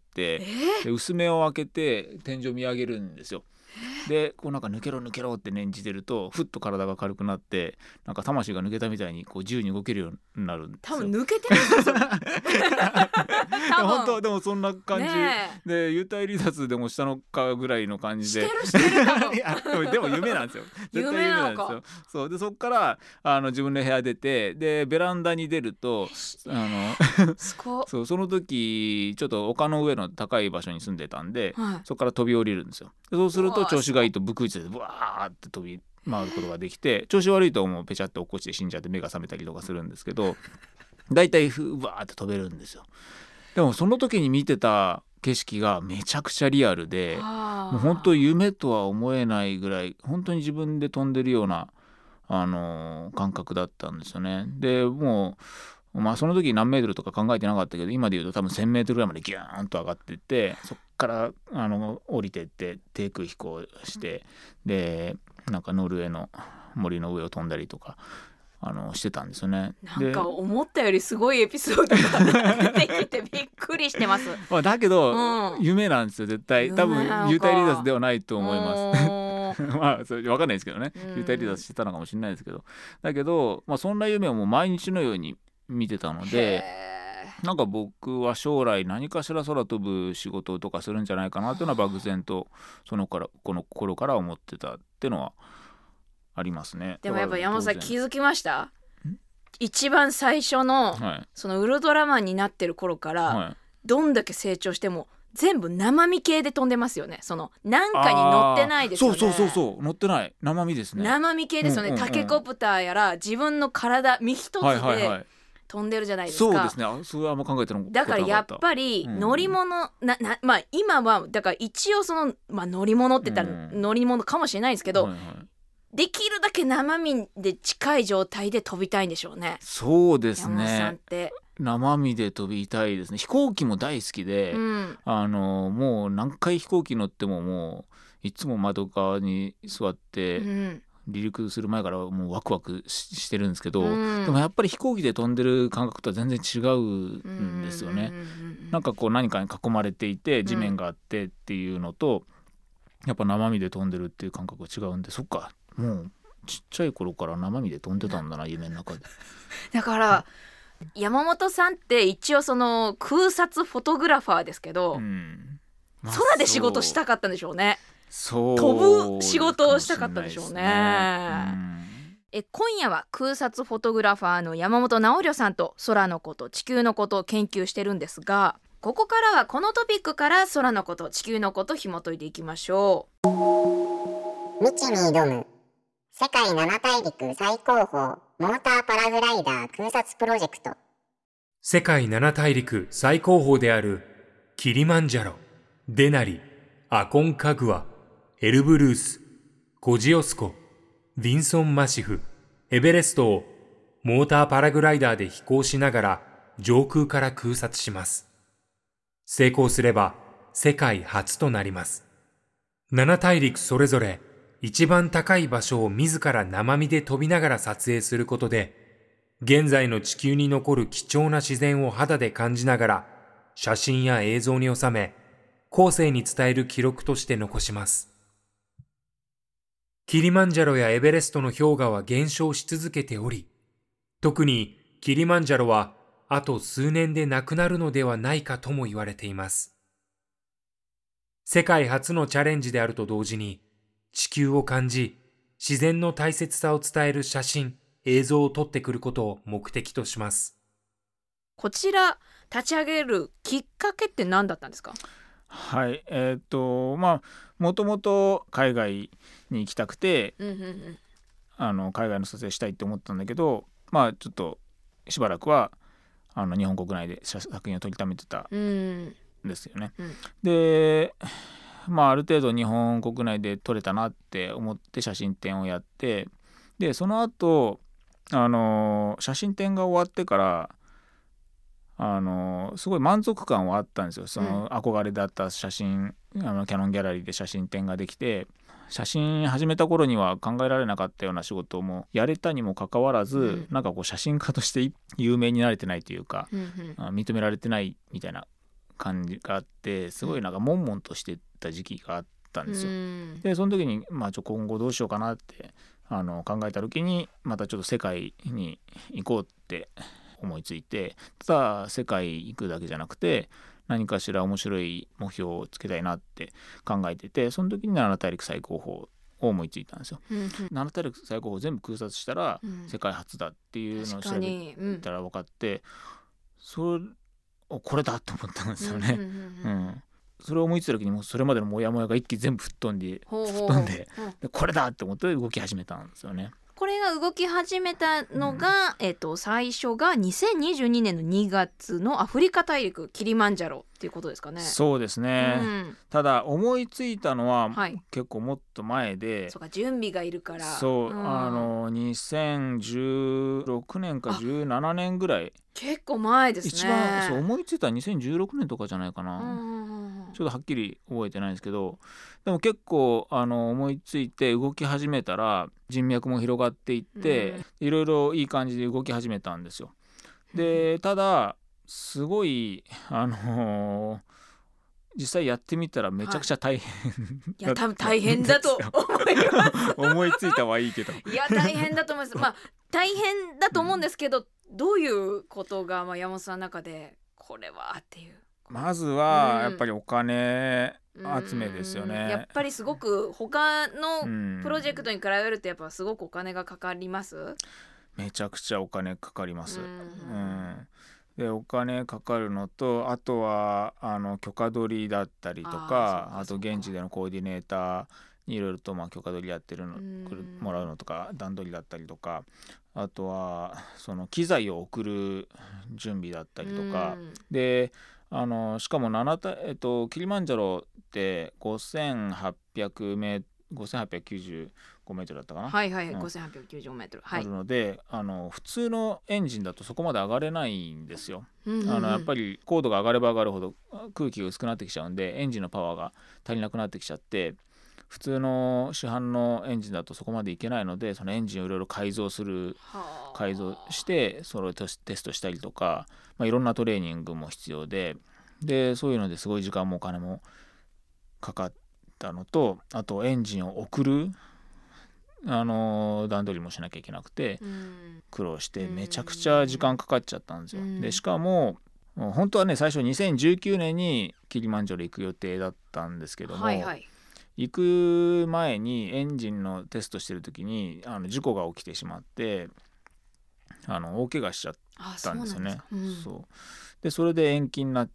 で薄目を開けて天井見上げるんですよ。でこうなんか抜けろって念じてるとふっと体が軽くなって、なんか魂が抜けたみたいにこう自由に動けるようになるんですよ。 多分抜けてますよ本当でもそんな感じで、幽体離脱でもしたのかぐらいの感じでしてる多分いやでも夢なんですよ。絶対夢なんですよ。そうでそっから自分の部屋出て、でベランダに出るとその時ちょっと丘の上の高い場所に住んでたんで、そこから飛び降りるんですよ。でそうすると調子がいいと武空術でブワーって飛び回ることができて、調子悪いともうペチャって落っこちて死んじゃって目が覚めたりとかするんですけど、だいたいブワーって飛べるんですよ。でもその時に見てた景色がめちゃくちゃリアルで、もう本当夢とは思えないぐらい本当に自分で飛んでるような感覚だったんですよね。でもうその時何メートルとか考えてなかったけど、今で言うと多分1000メートルぐらいまでギューンと上がっていって、そっから降りていって低空飛行して、でなんかノルウェーの森の上を飛んだりとかしてたんですよね。 なんか思ったよりすごいエピソードが出てきてびっくりしてますだけど、夢なんですよ絶対。多分幽体離脱ではないと思いますそれ分かんないですけどね、幽体離脱してたのかもしれないですけど、だけど、そんな夢をもう毎日のように見てたので、なんか僕は将来何かしら空飛ぶ仕事とかするんじゃないかなというのは漠然とこの頃から思ってたっていうのはありますね。 でもやっぱ山本さん気づきました？一番最初の、そのウルトラマンになってる頃から、どんだけ成長しても全部生身系で飛んでますよね。なんかに乗ってないですよね。 そう乗ってない、生身ですね。 生身系ですよね。タケコプターやら自分の体身一つで飛んでるじゃないですか。 そうですね。それはあんま考えてなかった。 だからやっぱり乗り物、今はだから一応乗り物って言ったら乗り物かもしれないですけど、できるだけ生身で近い状態で飛びたいんでしょうね。 そうですね。 山本さんって生身で飛びたいですね。飛行機も大好きで、もう何回飛行機乗ってももういつも窓側に座って離陸する前からもうワクワクしてるんですけど、でもやっぱり飛行機で飛んでる感覚とは全然違うんですよね。なんかこう何かに囲まれていて地面があってっていうのと、やっぱ生身で飛んでるっていう感覚が違うんで、そっか、もうちっちゃい頃から生身で飛んでたんだな、夢の中で。 だから山本さんって一応その空撮フォトグラファーですけど、空で仕事したかったんでしょうね。飛ぶ仕事をしたかったでしょうね。今夜は空撮フォトグラファーの山本直良さんと空のこと地球のことを研究してるんですが、ここからはこのトピックから空のこと地球のこと紐解いていきましょう。未知に挑む世界7大陸最高峰モーターパラグライダー空撮プロジェクト。 世界7大陸最高峰であるキリマンジャロ、デナリ、アコンカグア、エルブルース、コジオスコ、ヴィンソンマシフ、エベレストをモーターパラグライダーで飛行しながら上空から空撮します。成功すれば世界初となります。7大陸それぞれ一番高い場所を自ら生身で飛びながら撮影することで、現在の地球に残る貴重な自然を肌で感じながら写真や映像に収め、後世に伝える記録として残します。キリマンジャロやエベレストの氷河は減少し続けており、特にキリマンジャロはあと数年でなくなるのではないかとも言われています。世界初のチャレンジであると同時に、地球を感じ、自然の大切さを伝える写真、映像を撮ってくることを目的とします。 こちら立ち上げるきっかけって何だったんですか？ はい、もともと海外に行きたくて、海外の撮影したいって思ったんだけど、ちょっとしばらくは日本国内で作品を撮りためてたんですよね。で、ある程度日本国内で撮れたなって思って写真展をやって、でその後写真展が終わってからすごい満足感はあったんですよ。その憧れだった写真、キャノンギャラリーで写真展ができて、写真始めた頃には考えられなかったような仕事もやれたにもかかわらず、なんかこう写真家として有名になれてないというか、認められてないみたいな感じがあって、すごいなんか悶々としてた時期があったんですよ。でその時に今後どうしようかなって考えた時に、またちょっと世界に行こうって思いついて、ただ世界行くだけじゃなくて何かしら面白い目標をつけたいなって考えてて、その時に7大陸最高峰を思いついたんですよ。7大陸最高峰全部空撮したら世界初だっていうのを調べたら分かって、これだと思ったんですよね。それを思いついた時にもうそれまでのモヤモヤが一気に全部吹っ飛んでこれだって思って動き始めたんですよね。 これが動き始めたのが、最初が2022年の2月のアフリカ大陸キリマンジャロっていうことですかね。 そうですね、ただ思いついたのは結構もっと前で、 そうか、準備がいるから。 そう、2016年か17年ぐらい、 結構前ですね。 一番そう思いついたのは2016年とかじゃないかな、ちょっとはっきり覚えてないんですけど、でも結構思いついて動き始めたら人脈も広がっていって、いろいろいい感じで動き始めたんですよ。でただすごい実際やってみたらめちゃくちゃ大変、 いや多分大変だと思います思いついたはいいけど、 いや大変だと思います。大変だと思うんですけど、どういうことが山本さんの中でこれはっていう。 まずはやっぱりお金集めですよね。 やっぱりすごく他のプロジェクトに比べるとやっぱすごくお金がかかります？ めちゃくちゃお金かかります。でお金かかるのと、あとは許可取りだったりとか、あと現地でのコーディネーターにいろいろと許可取りやってるのもらうのとか、段取りだったりとか、あとはその機材を送る準備だったりとかで、しかもキリマンジャロって5895メートルだったかな。 5895メートル、 あるので、普通のエンジンだとそこまで上がれないんですよ。やっぱり高度が上がれば上がるほど空気が薄くなってきちゃうんで、エンジンのパワーが足りなくなってきちゃって、 普通の市販のエンジンだとそこまでいけないので、そのエンジンをいろいろ改造してそれをテストしたりとか、いろんなトレーニングも必要で、そういうのですごい時間もお金もかかったのと、あとエンジンを送る段取りもしなきゃいけなくて苦労してめちゃくちゃ時間かかっちゃったんですよ。でしかも本当はね最初2019年にキリマンジャロ行く予定だったんですけども、行く前にエンジンのテストしてる時に事故が起きてしまって大怪我しちゃったんですよね。でそれで延期になって、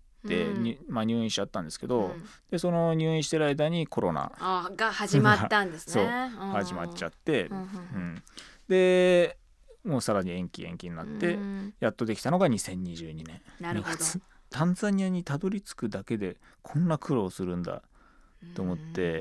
入院しちゃったんですけど、でその入院してる間にコロナが始まったんですね。 始まっちゃって、でもうさらに延期になって、やっとできたのが2022年2月。タンザニアにたどり着くだけでこんな苦労するんだと思って、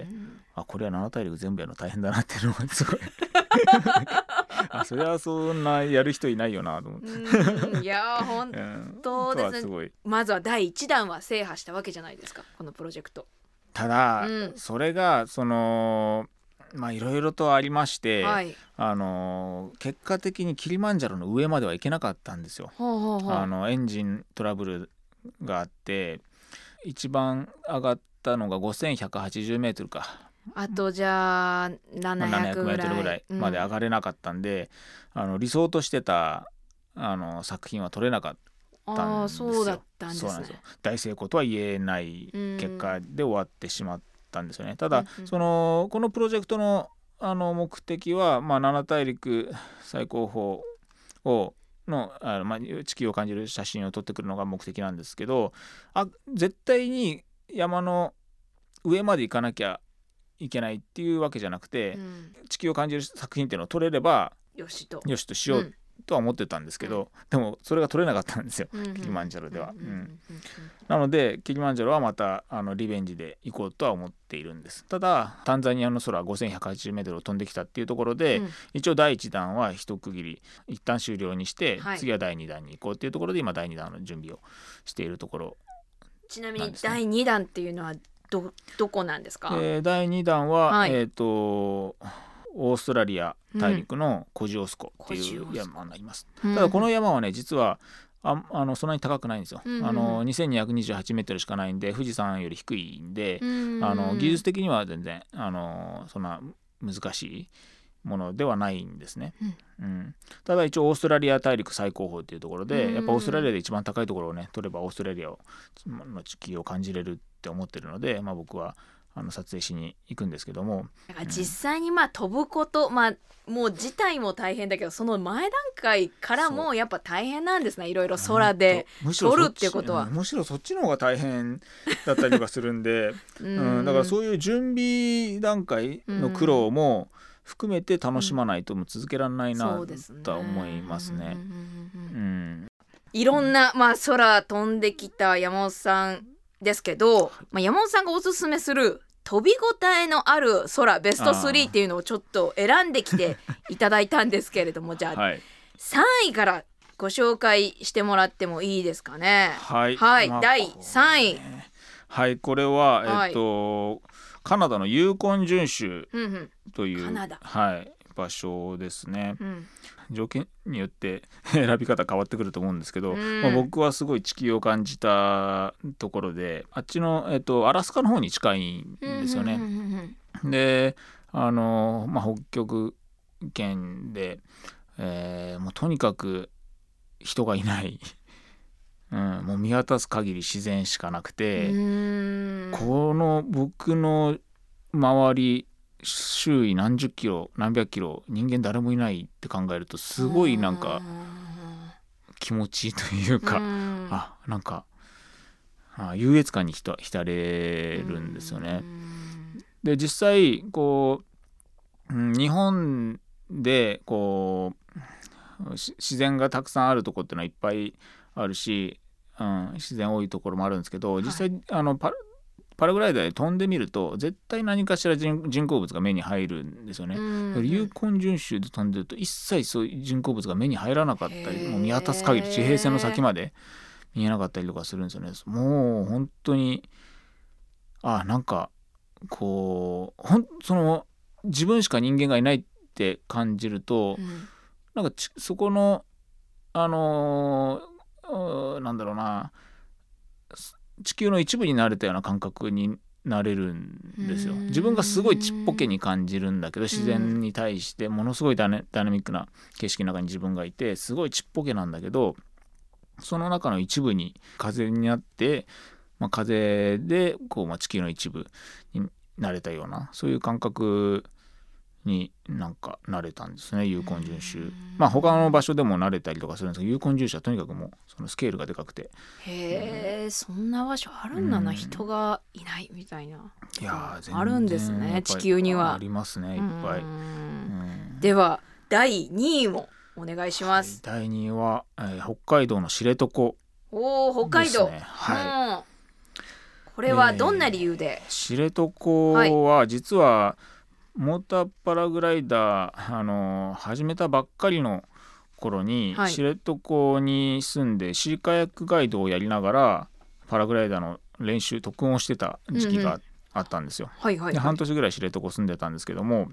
これは7大陸全部やるの大変だなっていうのがすごいそれはそんなやる人いないよなと思っていや本当ですね。まずは第1弾は制覇したわけじゃないですか、このプロジェクト。 ただ、それがいろいろとありまして、結果的にキリマンジャロの上までは行けなかったんですよ。エンジントラブルがあって一番上がったのが5180メートルか、 あとじゃあ700 メートルぐらいまで上がれなかったんで、理想としてた作品は撮れなかったんですよ。 そうだったんですね。 そうなんですよ。大成功とは言えない結果で終わってしまったんですよね。ただ、このプロジェクトの目的は、7大陸最高峰の地球を感じる写真を撮ってくるのが目的なんですけど、絶対に山の上まで行かなきゃいけないっていうわけじゃなくて、地球を感じる作品っていうのを撮れればよしとしようとは思ってたんですけど、でもそれが撮れなかったんですよ、キリマンジャロでは。なのでキリマンジャロはまたリベンジで行こうとは思っているんです。ただタンザニアの空 5180 メートルを飛んできたっていうところで、一応第1弾は一区切り一旦終了にして、次は第2弾に行こうっていうところで今第2弾の準備をしているところ。 ちなみに第2弾っていうのはどこなんですか？ 第2弾は、オーストラリア大陸のコジオスコっていう山になります。ただこの山はね実はそんなに高くないんですよ。2228メートルしかないんで富士山より低いんで、技術的には全然そんな難しいものではないんですね。ただ一応オーストラリア大陸最高峰っていうところで、やっぱオーストラリアで一番高いところをね取ればオーストラリアの地球を感じれるって思ってるので、僕は撮影しに行くんですけども、 実際に飛ぶこと、もう自体も大変だけど、その前段階からもやっぱ大変なんですね。いろいろ空で撮るっていうことはむしろそっちの方が大変だったりとかするんでだからそういう準備段階の苦労も含めて楽しまないともう続けられないなとは思いますね。 いろんな、空飛んできた山本さんですけど、山本さんがおすすめする飛び応えのある空ベスト3っていうのをちょっと選んできていただいたんですけれども、じゃあ、3位からご紹介してもらってもいいですかね。第3位、 これは、カナダのユーコン準州という、場所ですね。条件によって選び方変わってくると思うんですけど、僕はすごい地球を感じたところで、あっちの、アラスカの方に近いんですよね。で北極圏で、もうとにかく人がいないもう見渡す限り自然しかなくて、この僕の周り周囲何十キロ何百キロ人間誰もいないって考えるとすごいなんか気持ちいいというか、なんか優越感に浸れるんですよね。で実際こう日本でこう自然がたくさんあるところっていうのはいっぱいあるし、自然多いところもあるんですけど、実際パラグライダーで飛んでみると絶対何かしら人工物が目に入るんですよね。ユーコン準州で飛んでると一切そういう人工物が目に入らなかったり、もう見渡す限り地平線の先まで見えなかったりとかするんですよね。もう本当になんかこうその自分しか人間がいないって感じると、なんかそこのなんだろうな、地球の一部になれたような感覚になれるんですよ。自分がすごいちっぽけに感じるんだけど、自然に対してものすごいダイナミックな景色の中に自分がいて、すごいちっぽけなんだけど、その中の一部に風になって、風でこう、地球の一部になれたような、そういう感覚になんか慣れたんですね、ユーコン準州。他の場所でも慣れたりとかするんですけど、ユーコン準州はとにかくもうそのスケールがでかくて。 へえ、そんな場所あるんだな、人がいないみたいな。 いや全然あるんですね、地球には。 ありますね、いっぱい。 では第2位もお願いします。 第2位は、北海道の知床。 北海道、これはどんな理由で？ 知床は実はモーターパラグライダー始めたばっかりの頃に、知床に住んでシーカヤックガイドをやりながらパラグライダーの練習特訓をしてた時期があったんですよ。で半年ぐらい知床住んでたんですけども、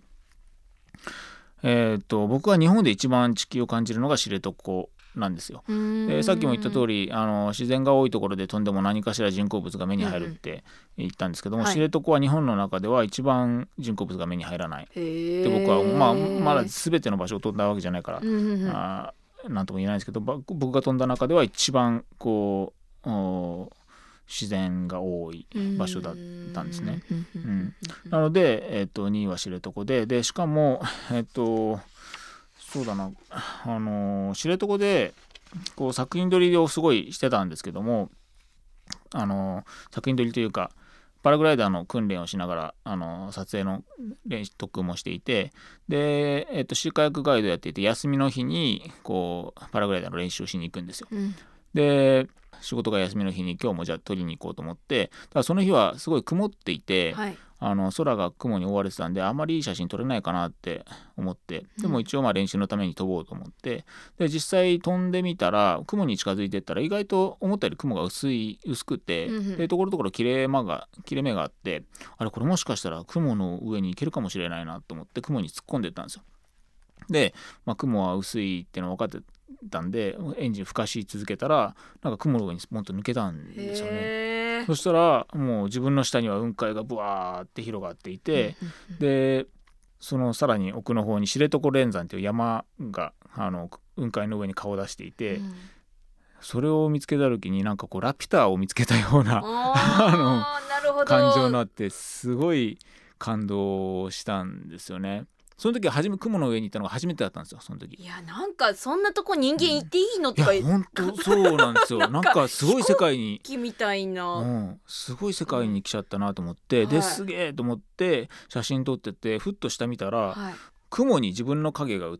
僕は日本で一番地球を感じるのが知床なんですよ。でさっきも言った通り自然が多いところで飛んでも何かしら人工物が目に入るって言ったんですけども、知床は日本の中では一番人工物が目に入らない。で僕はまだ全ての場所を飛んだわけじゃないから、なんとも言えないんですけど、僕が飛んだ中では一番こう自然が多い場所だったんですね。なので、2位は知床で、しかもそうだな、知床でこう作品撮りをすごいしてたんですけども、作品撮りというかパラグライダーの訓練をしながら撮影の特訓もしていて、で、シーカヤックガイドやっていて、休みの日にこうパラグライダーの練習をしに行くんですよ。で仕事が休みの日に今日もじゃあ撮りに行こうと思って、ただその日はすごい曇っていて、空が雲に覆われてたんであまりいい写真撮れないかなって思って、でも一応練習のために飛ぼうと思って、で実際飛んでみたら雲に近づいていったら意外と思ったより雲が薄くて、でところどころ切れ目があって、あれこれもしかしたら雲の上に行けるかもしれないなと思って雲に突っ込んでいったんですよ。で、雲は薄いっていうの分かってたんでエンジン吹かし続けたらなんか雲の上にスポンと抜けたんですよね。そしたらもう自分の下には雲海がブワーって広がっていて、でそのさらに奥の方に知床連山という山が雲海の上に顔を出していて、それを見つけた時になんかこうラピュタを見つけたような感情になって、すごい感動したんですよね。その時は雲の上に行ったのが初めてだったんですよ、その時。 いやなんかそんなとこ人間行っていいのとか、 本当そうなんですよ。なんかすごい世界にみたいな、 すごい世界に来ちゃったなと思って、ですげえと思って写真撮ってて、ふっと下見たら、雲に自分の影が映って、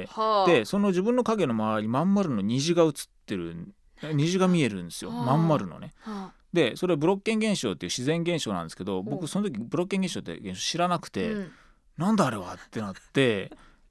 でその自分の影の周りまん丸の虹が映ってる、虹が見えるんですよ、まん丸のね。でそれはブロッケン現象っていう自然現象なんですけど、僕その時ブロッケン現象って現象知らなくて、なんだあれはってなって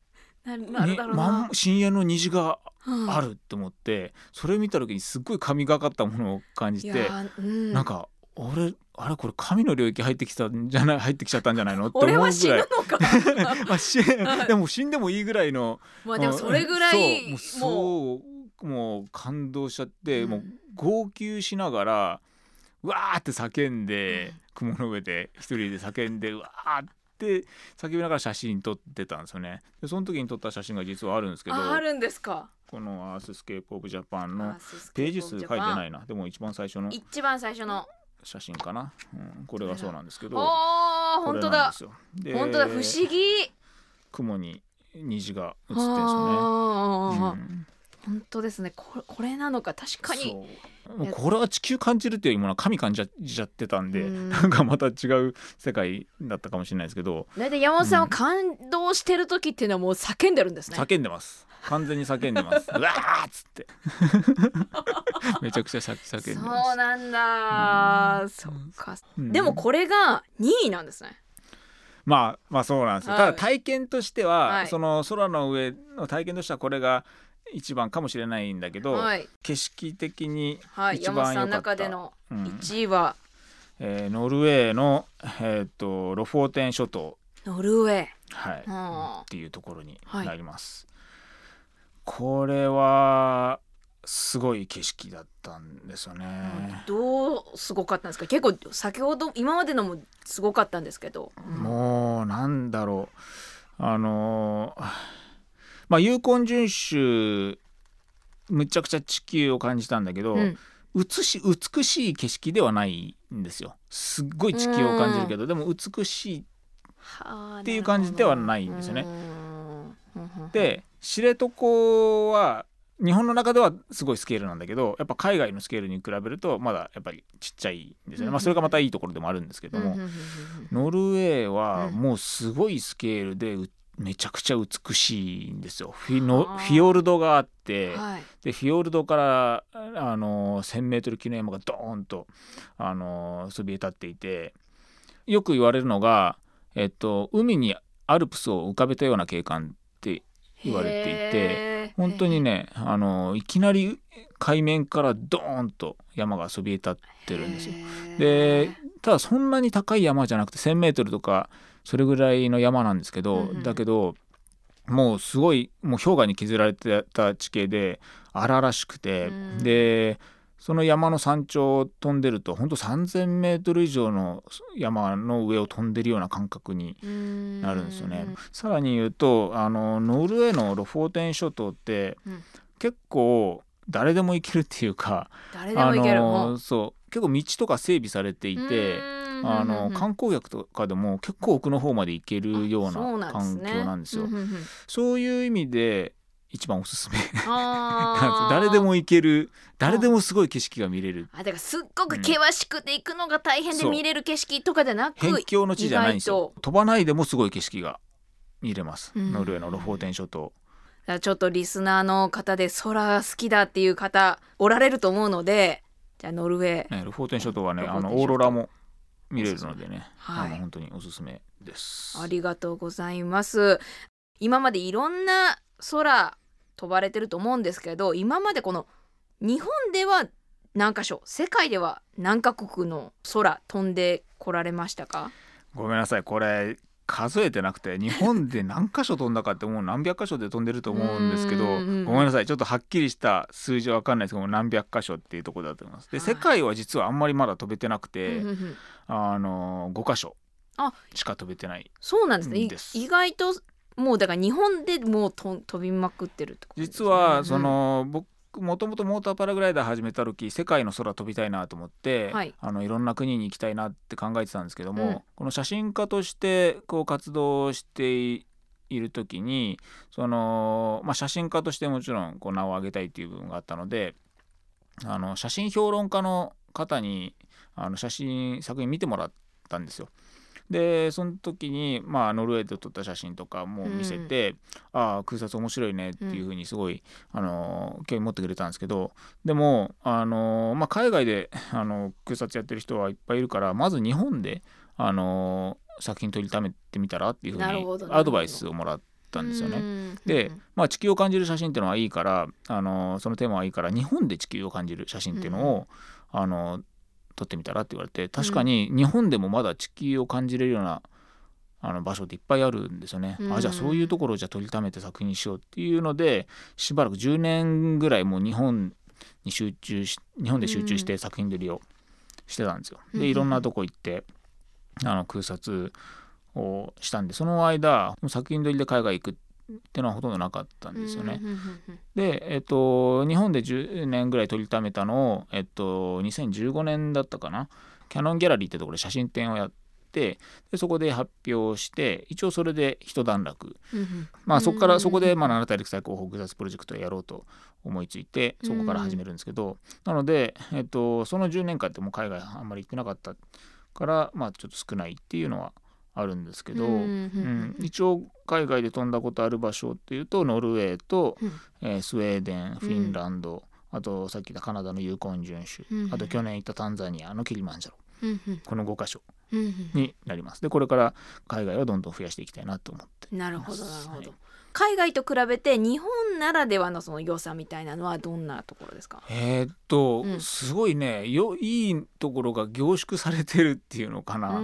深淵の虹があるって思って、それ見た時にすっごい神がかったものを感じて、なんかあれこれ神の領域入ってきちゃったんじゃないのって思うぐらい。 俺は死ぬのかでも死んでもいいぐらいの、 でもそれぐらいもう感動しちゃって、もう号泣しながらうわーって叫んで、雲の上で一人で叫んでうわーって叫びながら写真撮ってたんですよね。でその時に撮った写真が実はあるんですけど、 あるんですか。 このアーススケープオブジャパンのページ数書いてないな、でも一番最初の写真かな、これがそうなんですけど、 本当だ本当だ、不思議。 雲に虹が映ってるんですよね。 本当ですね。これなのか。確かにもうこれは地球感じるっていうよりも神感じちゃってたんで、なんかまた違う世界だったかもしれないですけど、 だいたい山本さんは感動してる時っていうのはもう叫んでるんですね。 叫んでます、完全に叫んでますうわーっつってめちゃくちゃ叫んでます。 そうなんだ、そっか、でもこれが2位なんですね。 まあそうなんですよ。ただ体験としては、その空の上の体験としてはこれが一番かもしれないんだけど、景色的に一番良かった、 山本さんの中での1位は、 ノルウェーの、ロフォーテン諸島、 ノルウェー、 はい、っていうところになります、これはすごい景色だったんですよね。 どうすごかったんですか？結構先ほど今までのもすごかったんですけど、 もうなんだろう、ユーコン準州むちゃくちゃ地球を感じたんだけど、美しい景色ではないんですよ。すっごい地球を感じるけど、でも美しいっていう感じではないんですよね。で知床は日本の中ではすごいスケールなんだけど、やっぱ海外のスケールに比べるとまだやっぱりちっちゃいんですよね。それがまたいいところでもあるんですけども、ノルウェーはもうすごいスケールでめちゃくちゃ美しいんですよ。フィヨルドがあって、でフィヨルドから1000メートル級の山がドーンとそびえ立っていて、よく言われるのが、海にアルプスを浮かべたような景観って言われていて、本当にねいきなり海面からドーンと山がそびえ立ってるんですよ。でただそんなに高い山じゃなくて1000メートルとかそれぐらいの山なんですけど、だけどもうすごいもう氷河に削られてた地形で荒々しくて、でその山の山頂を飛んでると本当3000メートル以上の山の上を飛んでるような感覚になるんですよね。さらに言うとノルウェーのロフォーテン諸島って、結構誰でも行けるっていうか、 誰でも行ける、 そう結構道とか整備されていて、観光客とかでも結構奥の方まで行けるような環境なんですよ。そういう意味で一番おすすめ誰でも行ける、誰でもすごい景色が見れる。 だからすっごく険しくて行くのが大変で見れる景色とかじゃなく、 辺境の地じゃないんですよ。飛ばないでもすごい景色が見れます、ノルウェーのロフォーテン諸島。 ちょっとリスナーの方で空好きだっていう方おられると思うので、じゃあノルウェー、 ロフォーテン諸島はね、オーロラも見れるのでね、本当におすすめです。 ありがとうございます。今までいろんな空飛ばれてると思うんですけど、今までこの日本では何カ所、世界では何カ国の空飛んでこられましたか？ ごめんなさい、これ数えてなくて、日本で何カ所飛んだかってもう何百カ所で飛んでると思うんですけどごめんなさい、ちょっとはっきりした数字は分かんないですけど何百カ所っていうところだと思います。で世界は実はあんまりまだ飛べてなくて、5カ所しか飛べてない。 そうなんですね。意外ともうだから日本でもう飛びまくってるってことですね。 実は僕もともとモーターパラグライダー始めた時、世界の空飛びたいなと思って、いろんな国に行きたいなって考えてたんですけども、この写真家としてこう活動している時に写真家としてもちろんこう名を上げたいっていう部分があったので、写真評論家の方に作品見てもらったんですよ。でその時に、ノルウェーで撮った写真とかも見せて、空撮面白いねっていう風にすごい、興味持ってくれたんですけど、でも、海外で空撮やってる人はいっぱいいるから、まず日本で、作品撮りためてみたらっていう風にアドバイスをもらったんですよね。で、地球を感じる写真っていうのはいいから、そのテーマはいいから日本で地球を感じる写真っていうのを、撮ってみたらって言われて、確かに日本でもまだ地球を感じれるような場所っていっぱいあるんですよね。じゃあそういうところをじゃあ撮りためて作品にしようっていうので、しばらく10年ぐらいもう日本で集中して作品撮りをしてたんですよ。でいろんなとこ行って空撮をしたんで、その間作品撮りで海外行くっていうのはほとんどなかったんですよね。で、日本で10年ぐらい撮りためたのを、2015年だったかな、キヤノンギャラリーってところで写真展をやって、でそこで発表して、一応それで一段落、そこで7大陸最高峰空撮プロジェクトをやろうと思いついて、そこから始めるんですけど、なので、その10年間ってもう海外あんまり行ってなかったから、ちょっと少ないっていうのはあるんですけど、一応海外で飛んだことある場所っていうとノルウェーと、スウェーデン、フィンランド、あとさっき言ったカナダのユーコン準州、あと去年行ったタンザニアのキリマンジャロ、この5カ所になります。でこれから海外をどんどん増やしていきたいなと思っています。 なるほどなるほど、 海外と比べて日本ならではのその良さみたいなのはどんなところですか？ すごいね、いいところが凝縮されてるっていうのかな、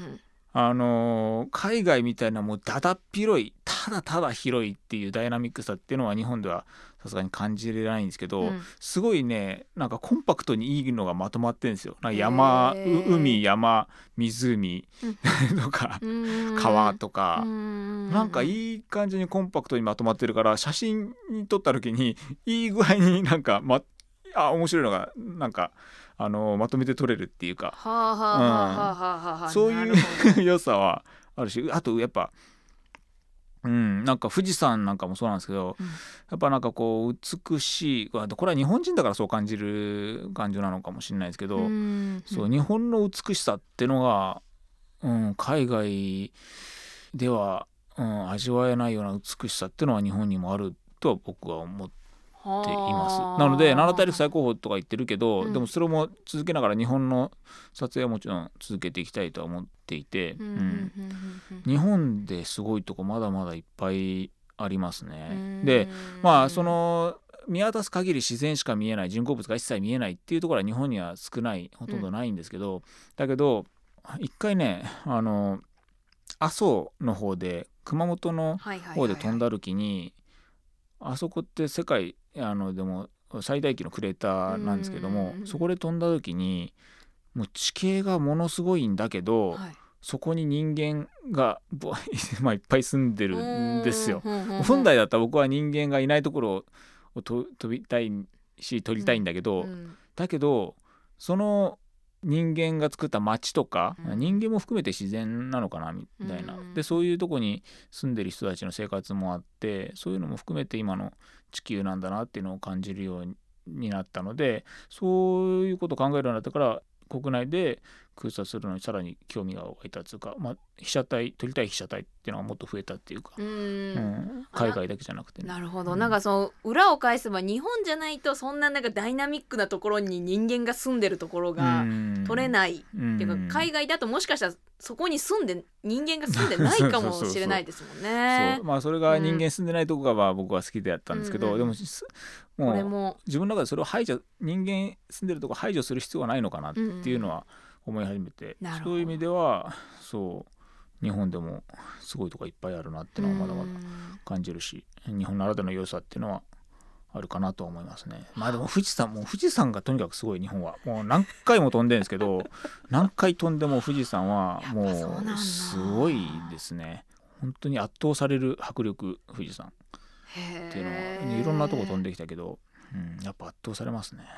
海外みたいなもうだだっ広い、ただただ広いっていうダイナミックさっていうのは日本ではさすがに感じれないんですけど、すごいね、なんかコンパクトにいいのがまとまってるんですよ。なんか海、山、湖とか川とか、なんかいい感じにコンパクトにまとまってるから、写真に撮った時にいい具合になんか、面白いのがなんかまとめて撮れるっていうか、そういう良さはあるし、あとやっぱなんか富士山なんかもそうなんですけど、やっぱなんかこう美しい、これは日本人だからそう感じる感じなのかもしれないですけど、そう日本の美しさってのが、海外では、味わえないような美しさってのは日本にもあるとは僕は思っています。なので七大陸最高峰とか言ってるけど、でもそれも続けながら日本の撮影はもちろん続けていきたいとは思っていて、日本ですごいとこまだまだいっぱいありますね。でその見渡す限り自然しか見えない、人工物が一切見えないっていうところは日本には少ない、ほとんどないんですけど、だけど一回ね、阿蘇の方で熊本の方で飛んだ時に、あそこって世界でも最大級のクレーターなんですけども、そこで飛んだ時にもう地形がものすごいんだけど、そこに人間がいっぱい住んでるんですよ。本来だったら僕は人間がいないところを飛びたいし撮りたいんだけど、だけどその人間が作った街とか、人間も含めて自然なのかなみたいな、でそういうとこに住んでる人たちの生活もあって、そういうのも含めて今の地球なんだなっていうのを感じるようになったので、そういうことを考えるようになったから、国内で空撮するのにさらに興味が湧いたというか、被写体撮りたい被写体っていうのがもっと増えたっていうか、海外だけじゃなくて、 なるほど、なんかその裏を返せば日本じゃないとそんななんかダイナミックなところに人間が住んでるところが撮れないっていうか、海外だともしかしたらそこに人間が住んでないかもしれないですもんね。 それが人間住んでないとこが僕は好きでやったんですけど、でももう自分の中でそれを人間住んでるとこ排除する必要はないのかなっていうのは思い始めて、そういう意味では日本でもすごいとこいっぱいあるなっていうのはまだまだ感じるし、日本ならではの良さっていうのはあるかなと思いますね。でも富士山がとにかくすごい。日本はもう何回も飛んでるんですけど何回飛んでも富士山はもうすごいですね。本当に圧倒される迫力、富士山っていうのは、いろんなとこ飛んできたけど、やっぱ圧倒されますね。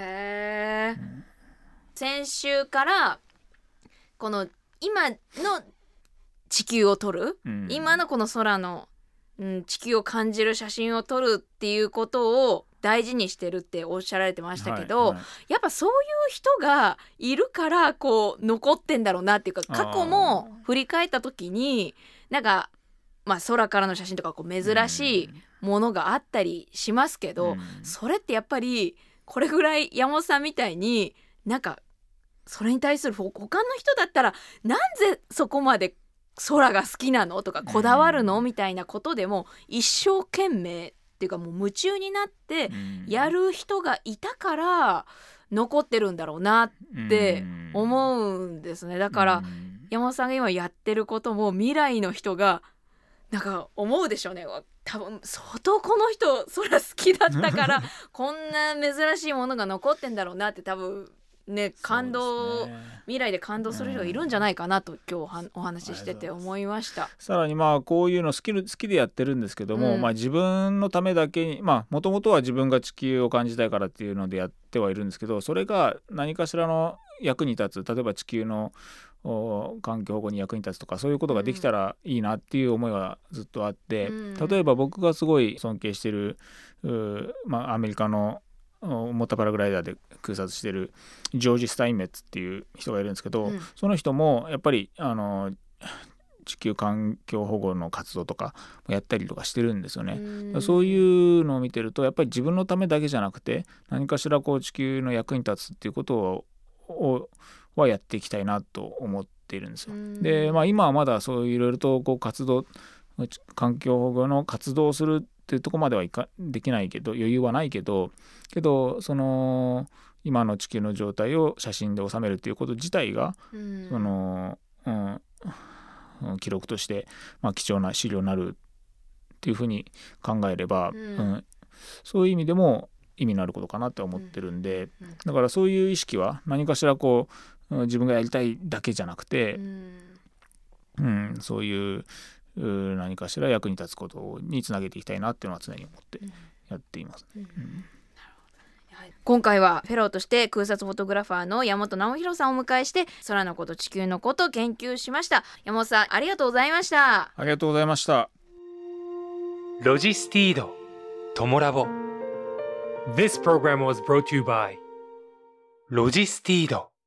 先週からこの今の地球を撮る、今のこの空の、地球を感じる写真を撮るっていうことを大事にしてるっておっしゃられてましたけど、やっぱそういう人がいるからこう残ってんだろうなっていうか、過去も振り返った時になんか空からの写真とかこう珍しいものがあったりしますけど、それってやっぱりこれぐらい山本さんみたいになんかそれに対する他の人だったらなんでそこまで空が好きなのとかこだわるのみたいなことでも一生懸命っていうかもう夢中になってやる人がいたから残ってるんだろうなって思うんですね。だから山本さんが今やってることも未来の人がなんか思うでしょうね。多分相当この人空好きだったからこんな珍しいものが残ってんだろうなって多分ね、未来で感動する人がいるんじゃないかなと今日お話ししてて思いました。 さらにこういうの好きでやってるんですけども、自分のためだけにもともとは自分が地球を感じたいからっていうのでやってはいるんですけど、それが何かしらの役に立つ、例えば地球の環境保護に役に立つとか、そういうことができたらいいなっていう思いはずっとあって、例えば僕がすごい尊敬してるアメリカのモッタパラグライダーで空撮してるジョージ・スタインメッツっていう人がいるんですけど、その人もやっぱり地球環境保護の活動とかやったりとかしてるんですよね。そういうのを見てるとやっぱり自分のためだけじゃなくて何かしら地球の役に立つっていうことはやっていきたいなと思っているんですよ。で、今はまだそういろいろと活動環境保護の活動をするっていうところまではできないけど、余裕はないけどその今の地球の状態を写真で収めるっていうこと自体が、記録として、貴重な資料になるっていうふうに考えれば、そういう意味でも意味のあることかなって思ってるんで、だからそういう意識は何かしら自分がやりたいだけじゃなくて、そういう何かしら役に立つことにつなげていきたいなっていうのは常に思ってやっています、 今回はフェローとして空撮フォトグラファーの山本直弘さんをお迎えして空のこと地球のこと研究しました。山本さんありがとうございました。 ありがとうございました。 ロジスティードトモラボ This program was brought to you by ロジスティード。